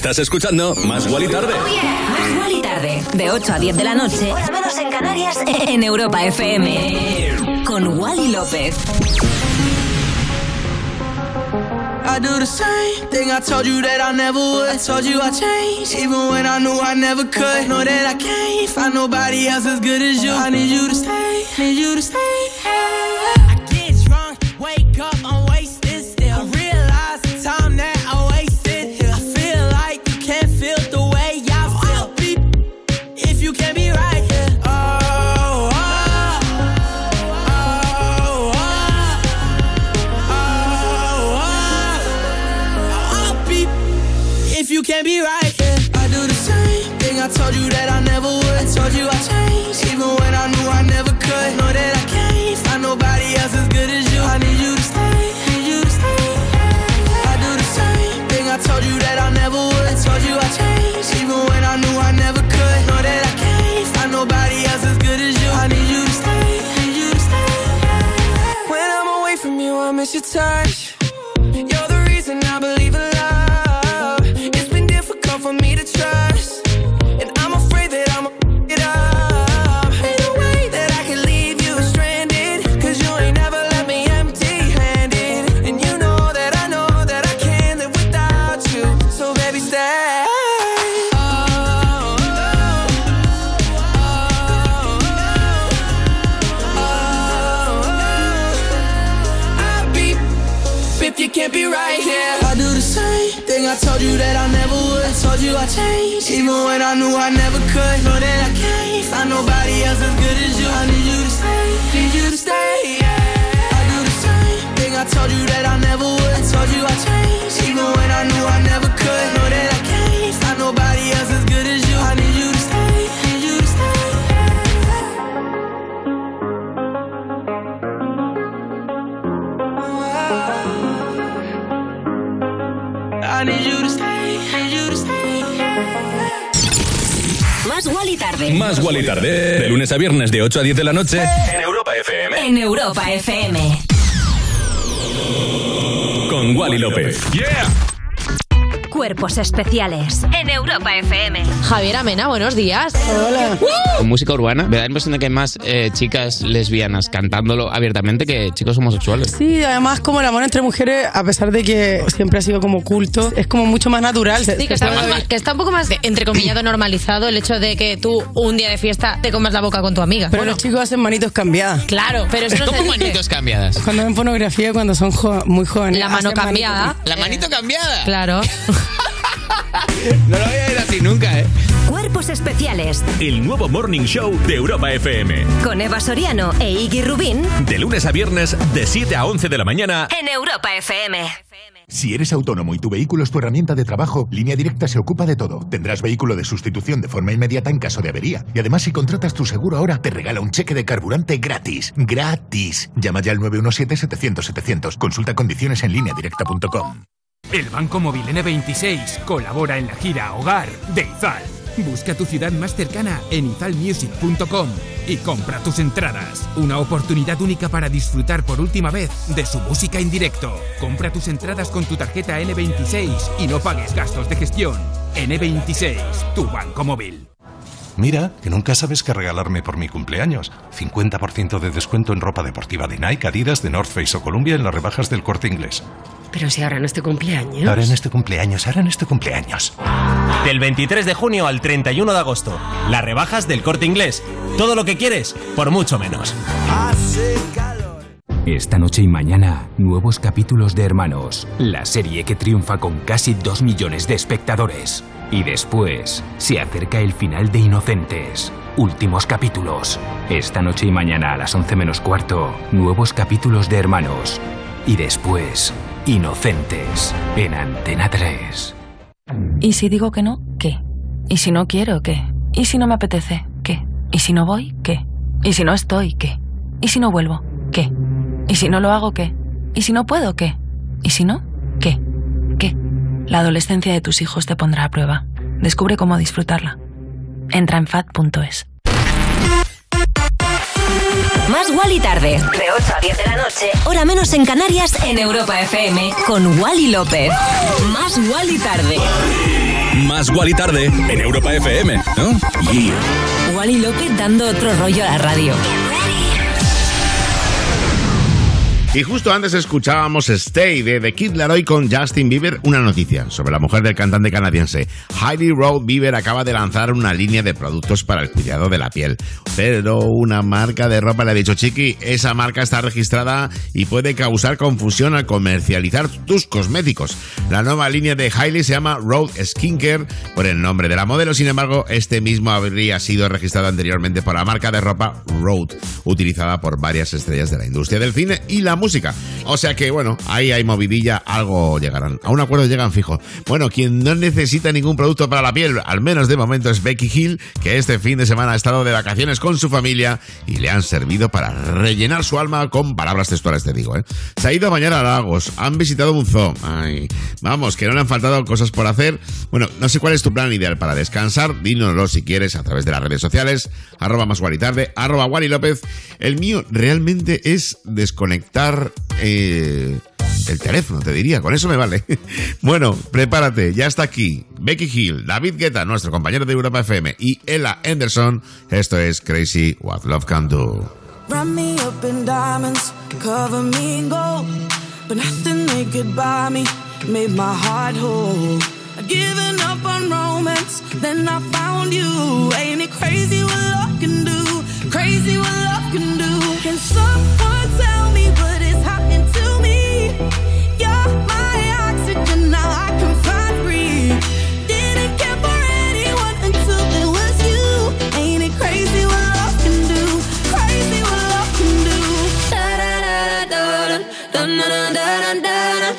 Estás escuchando Más Guali Tarde. Más Guali Tarde. De 8 a 10 de la noche. Hora menos en Canarias. En Europa FM. Con Wally López. I do the same thing I told you that I never would. I told you I changed, even when I knew I never could. Know that I can't find nobody else as good as you. I need you to stay, need you to stay. I get drunk, wake up, I'm wasted still. I realize the time that I wasted here. I feel like you can't feel the way I feel. If you can't be right here. If you can't be right, yeah. I do the same thing I told you that I never would. I told you I changed, even when I knew I never could. Know that I can't find nobody else as good as you. I need you to stay, need you to stay. I do the same thing I told you that I never would. I told you I changed, even when I knew I never could. Know that I can't find nobody else as good as you. I need you to stay, need you to stay. When I'm away from you, I miss your touch. You're the reason I believe in love. For me to trust, and I'm afraid that I'ma f*** it up. Ain't no way that I can leave you stranded, cause you ain't never left me empty-handed. And you know that I can't live without you. So baby stay. I'll be if you can't be right here. I do the same thing I told you that I never would. I told you I changed, even when I knew I never could. Know that I can't find nobody else as good as you. I need you to stay, need you to stay, yeah. I do the same thing I told you that I never would. I told you I changed, even when I knew I never could. Know that I can't find nobody else as good as you. I need you to stay, need you to stay. I need you to stay, need you to stay. Más Guali Tarde. Más Guali Tarde. De lunes a viernes de 8 a 10 de la noche. En Europa FM. En Europa FM. Con Wally López. Yeah. Cuerpos especiales en Europa FM. Javier Amena, buenos días. Hola. Con música urbana, me da la impresión de que hay más chicas lesbianas cantándolo abiertamente que chicos homosexuales. Sí, además como el amor entre mujeres, a pesar de que siempre ha sido como culto, es como mucho más natural. Sí, que está un poco más, entrecomillado, normalizado el hecho de que tú un día de fiesta te comas la boca con tu amiga. Pero los chicos hacen manitos cambiadas. Claro, pero eso no ¿Cómo manitos cambiadas? Cuando ven pornografía, cuando son muy jóvenes. La mano cambiada. ¿La manito cambiada? Claro. No lo voy a ir así nunca, ¿eh? Cuerpos especiales. El nuevo Morning Show de Europa FM. Con Eva Soriano e Iggy Rubín. De lunes a viernes, de 7 a 11 de la mañana. En Europa FM. Si eres autónomo y tu vehículo es tu herramienta de trabajo, Línea Directa se ocupa de todo. Tendrás vehículo de sustitución de forma inmediata en caso de avería. Y además, si contratas tu seguro ahora, te regala un cheque de carburante gratis. ¡Gratis! Llama ya al 917-700-700. Consulta condiciones en lineadirecta.com. El Banco Móvil N26 colabora en la gira Hogar de Izal. Busca tu ciudad más cercana en izalmusic.com y compra tus entradas. Una oportunidad única para disfrutar por última vez de su música en directo. Compra tus entradas con tu tarjeta N26 y no pagues gastos de gestión. N26, tu banco móvil. Mira, que nunca sabes qué regalarme por mi cumpleaños. 50% de descuento en ropa deportiva de Nike, Adidas, de North Face o Columbia en las rebajas del Corte Inglés. Pero si ahora no es tu cumpleaños. Ahora en este cumpleaños. Del 23 de junio al 31 de agosto. Las rebajas del Corte Inglés. Todo lo que quieres, por mucho menos. Esta noche y mañana, nuevos capítulos de Hermanos. La serie que triunfa con casi 2 millones de espectadores. Y después, se acerca el final de Inocentes. Últimos capítulos. Esta noche y mañana a las 11 menos cuarto, nuevos capítulos de Hermanos. Y después, Inocentes, en Antena 3. ¿Y si digo que no? ¿Qué? ¿Y si no quiero? ¿Qué? ¿Y si no me apetece? ¿Qué? ¿Y si no voy? ¿Qué? ¿Y si no estoy? ¿Qué? ¿Y si no vuelvo? ¿Qué? ¿Y si no lo hago? ¿Qué? ¿Y si no puedo? ¿Qué? ¿Y si no? ¿Qué? ¿Qué? La adolescencia de tus hijos te pondrá a prueba. Descubre cómo disfrutarla. Entra en FAD.es. Más Wally Tarde. De 8 a 10 de la noche. Hora menos en Canarias en Europa FM. Con Wally López. Más Wally Tarde. Más Wally tarde en Europa FM, ¿no? Yeah. Wally López dando otro rollo a la radio. Y justo antes escuchábamos Stay de The Kid Laroi con Justin Bieber. Una noticia sobre la mujer del cantante canadiense. Hailey Rowe Bieber acaba de lanzar una línea de productos para el cuidado de la piel. Pero una marca de ropa le ha dicho: chiqui, esa marca está registrada y puede causar confusión al comercializar tus cosméticos. La nueva línea de Hailey se llama Rode Skincare por el nombre de la modelo. Sin embargo, este mismo habría sido registrado anteriormente por la marca de ropa Rode, utilizada por varias estrellas de la industria del cine y la música. O sea que, bueno, ahí hay movidilla, algo llegarán. A un acuerdo llegan fijo. Bueno, quien no necesita ningún producto para la piel, al menos de momento, es Becky Hill, que este fin de semana ha estado de vacaciones con su familia y le han servido para rellenar su alma con palabras textuales, te digo, ¿eh? Se ha ido a bañar a lagos, han visitado un zoo. Ay, vamos, que no le han faltado cosas por hacer. Bueno, no sé cuál es tu plan ideal para descansar. Dínoslo si quieres a través de las redes sociales, @másgualitarde, @Wally López. El mío realmente es desconectar el teléfono, te diría, con eso me vale. Bueno, prepárate, ya está aquí Becky Hill, David Guetta, nuestro compañero de Europa FM, y Ella Anderson. Esto es Crazy What Love Can Do. Run me up in diamonds, cover me in gold, but nothing they could buy me made my heart whole. I'd given up on romance, then I found you. Ain't it crazy what love can do? Crazy what love can do. Can someone tell me what is happening to me? You're my oxygen, now I can find breathe. Didn't care for anyone until it was you. Ain't it crazy what love can do? Crazy what love can do. Da da da da da da da da da da.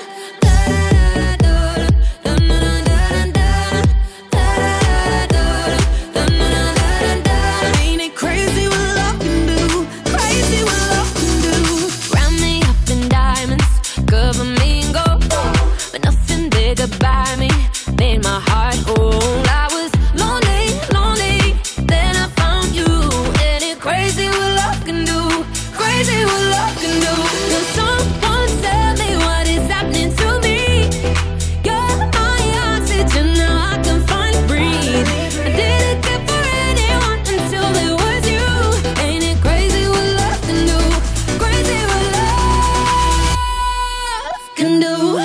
By me, made my heart whole. I was lonely, lonely, then I found you. And it's crazy what love can do, crazy what love can do. Can someone tell me what is happening to me? You're my oxygen, now I can finally breathe. I didn't care for anyone until it was you. Ain't it crazy what love can do, crazy what love can do.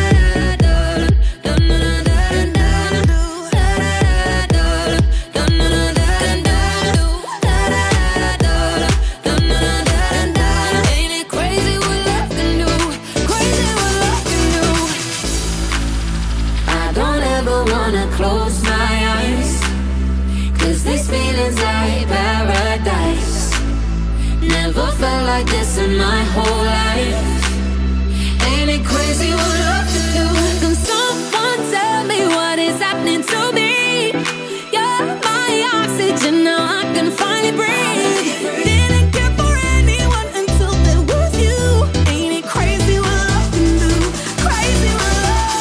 Felt like this in my whole life. Ain't it crazy what love can do? Can someone tell me what is happening to me? You're my oxygen, now I can finally breathe. Didn't care for anyone until there was you. Ain't it crazy what love can do? Crazy what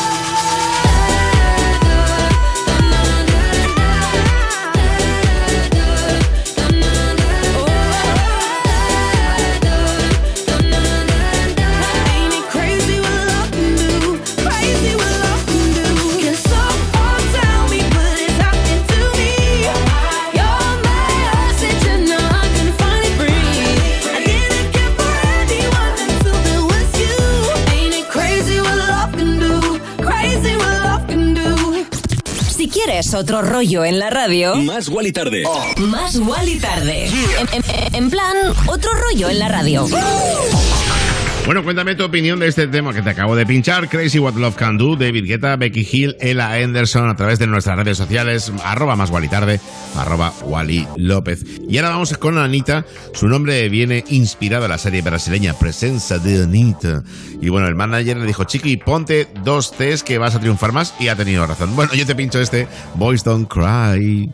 ¿Quieres otro rollo en la radio? Más Wally tarde. Más Wally tarde. En plan, otro rollo en la radio. Bueno, cuéntame tu opinión de este tema que te acabo de pinchar. Crazy What Love Can Do, David Guetta, Becky Hill, Ella Anderson, a través de nuestras redes sociales, @másgualitarde, @Wally López. Y ahora vamos con Anitta. Su nombre viene inspirado en la serie brasileña Presença de Anitta. Y bueno, el manager le dijo: chiqui, ponte 2 T's que vas a triunfar más, y ha tenido razón. Bueno, yo te pincho este, Boys Don't Cry.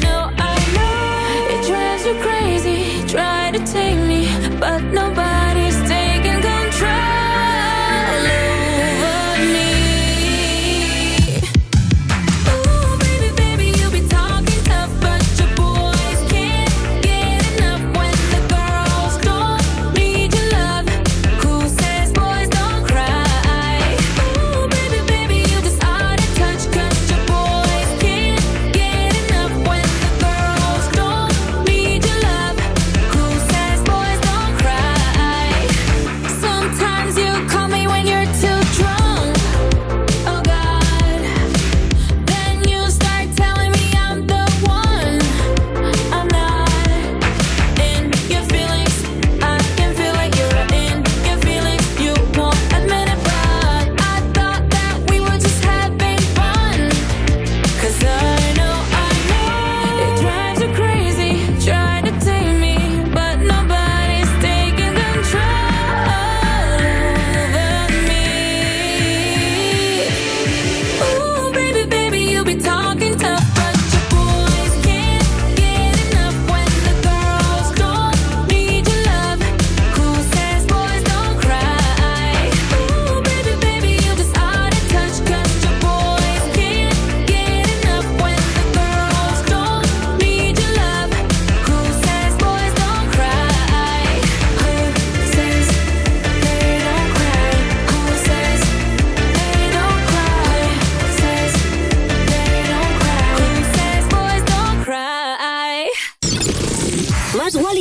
Crazy, try to take me, but nobody's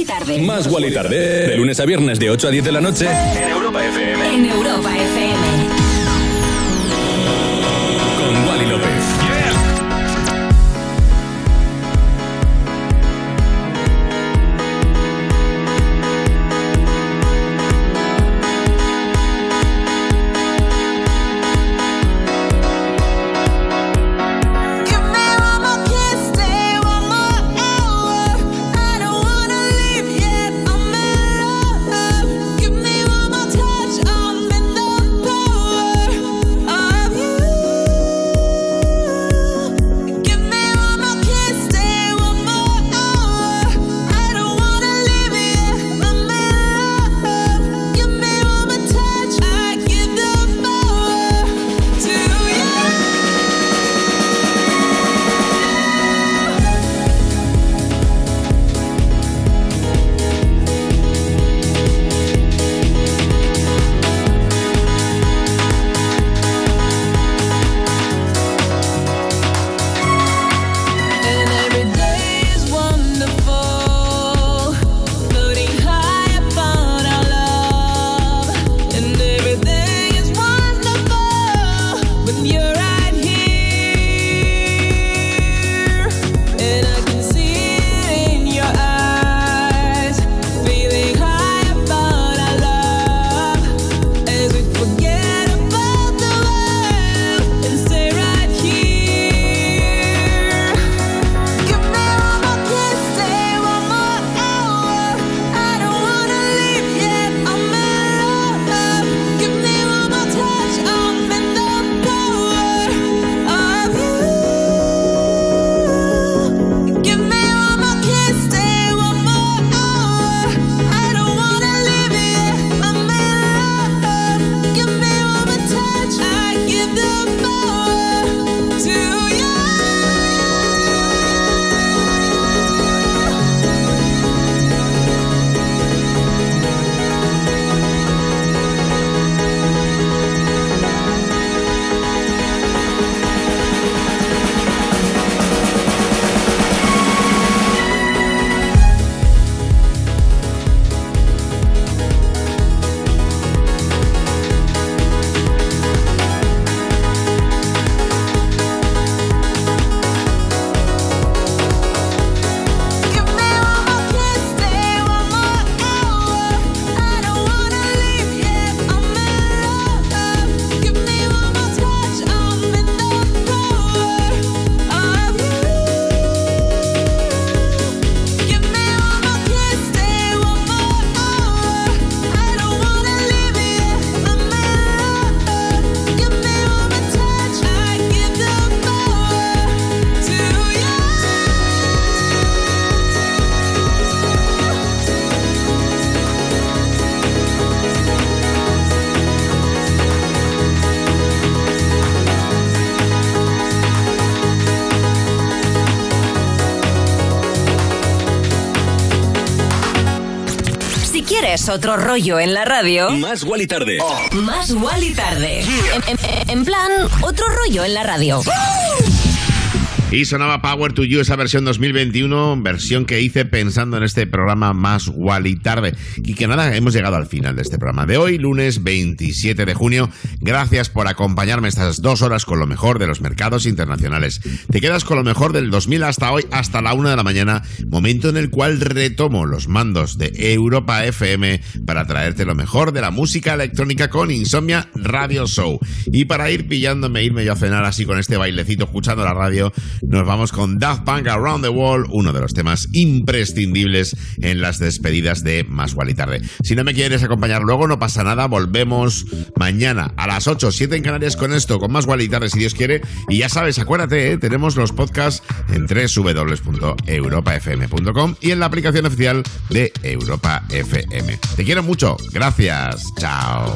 Wally Tarde. Más Wally Tarde. De lunes a viernes de 8 a 10 de la noche. En Europa FM. En Europa FM. Con Wally López. ¿Quieres otro rollo en la radio? Más Wally Tarde. Más Wally Tarde. En plan, otro rollo en la radio. Y sonaba Power to You, esa versión 2021, versión que hice pensando en este programa Más Wally Tarde. Y que nada, hemos llegado al final de este programa de hoy, lunes 27 de junio. Gracias por acompañarme estas 2 horas con lo mejor de los mercados internacionales. Te quedas con lo mejor del 2000 hasta hoy, hasta la 1 de la mañana, momento en el cual retomo los mandos de Europa FM para traerte lo mejor de la música electrónica con Insomnia Radio Show. Y para ir pillándome, irme yo a cenar así con este bailecito escuchando la radio, nos vamos con Daft Punk Around the World, uno de los temas imprescindibles en las despedidas de Más Wally Tarde. Si no me quieres acompañar luego, no pasa nada, volvemos mañana a las 8, 7 en Canarias con esto, con Más Wally Tarde si Dios quiere. Y ya sabes, acuérdate, tenemos los podcasts en www.europafm.com y en la aplicación oficial de Europa FM. Te quiero mucho, gracias, chao.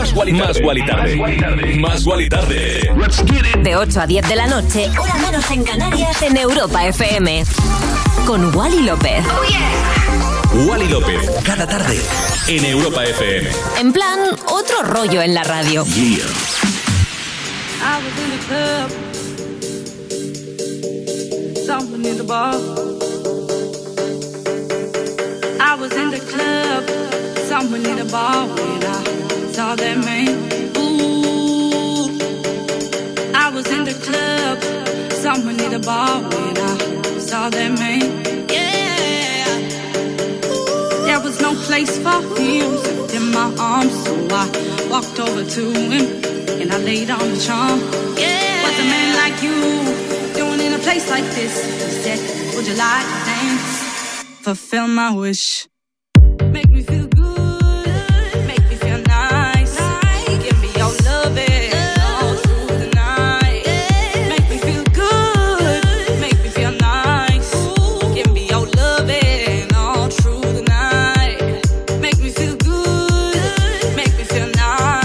Más Guali Tarde. Más Guali Tarde. De 8 a 10 de la noche, hora menos en Canarias, en Europa FM. Con Wally López. Oh, yeah. Wally López, cada tarde, en Europa FM. En plan, otro rollo en la radio. Yeah. I was in the club, someone in the bar. I was in the club, someone in the bar when I saw that man. Ooh, I was in the club, someone in the bar when I saw that man. Yeah, there was no place for him in my arms, so I walked over to him. And I laid on the charm. Yeah. What's a man like you doing in a place like this? He said, would you like to dance? Fulfill my wish. Make me feel good. Make me feel nice. Give me your loving all through the night. Make me feel good. Make me feel nice. Give me your loving all through the night. Make me feel good. Make me feel nice.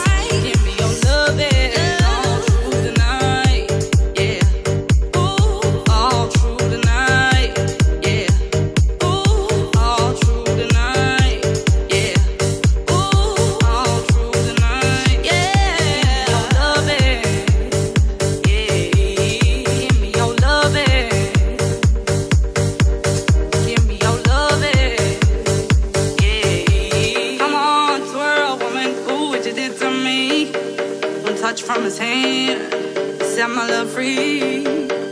From his hand, set my love free,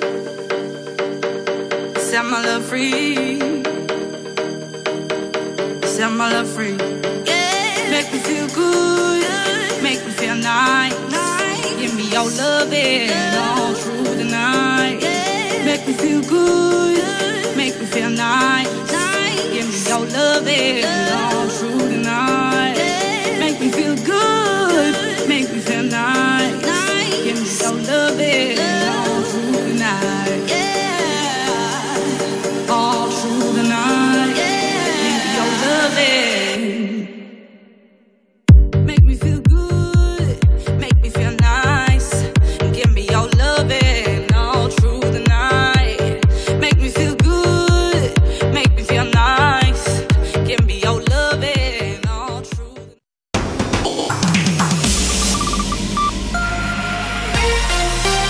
set my love free, set my love free. Yeah. Make me feel good, make me feel nice. Give me your loving all through the night. Make me feel good, make me feel nice. Give me your loving all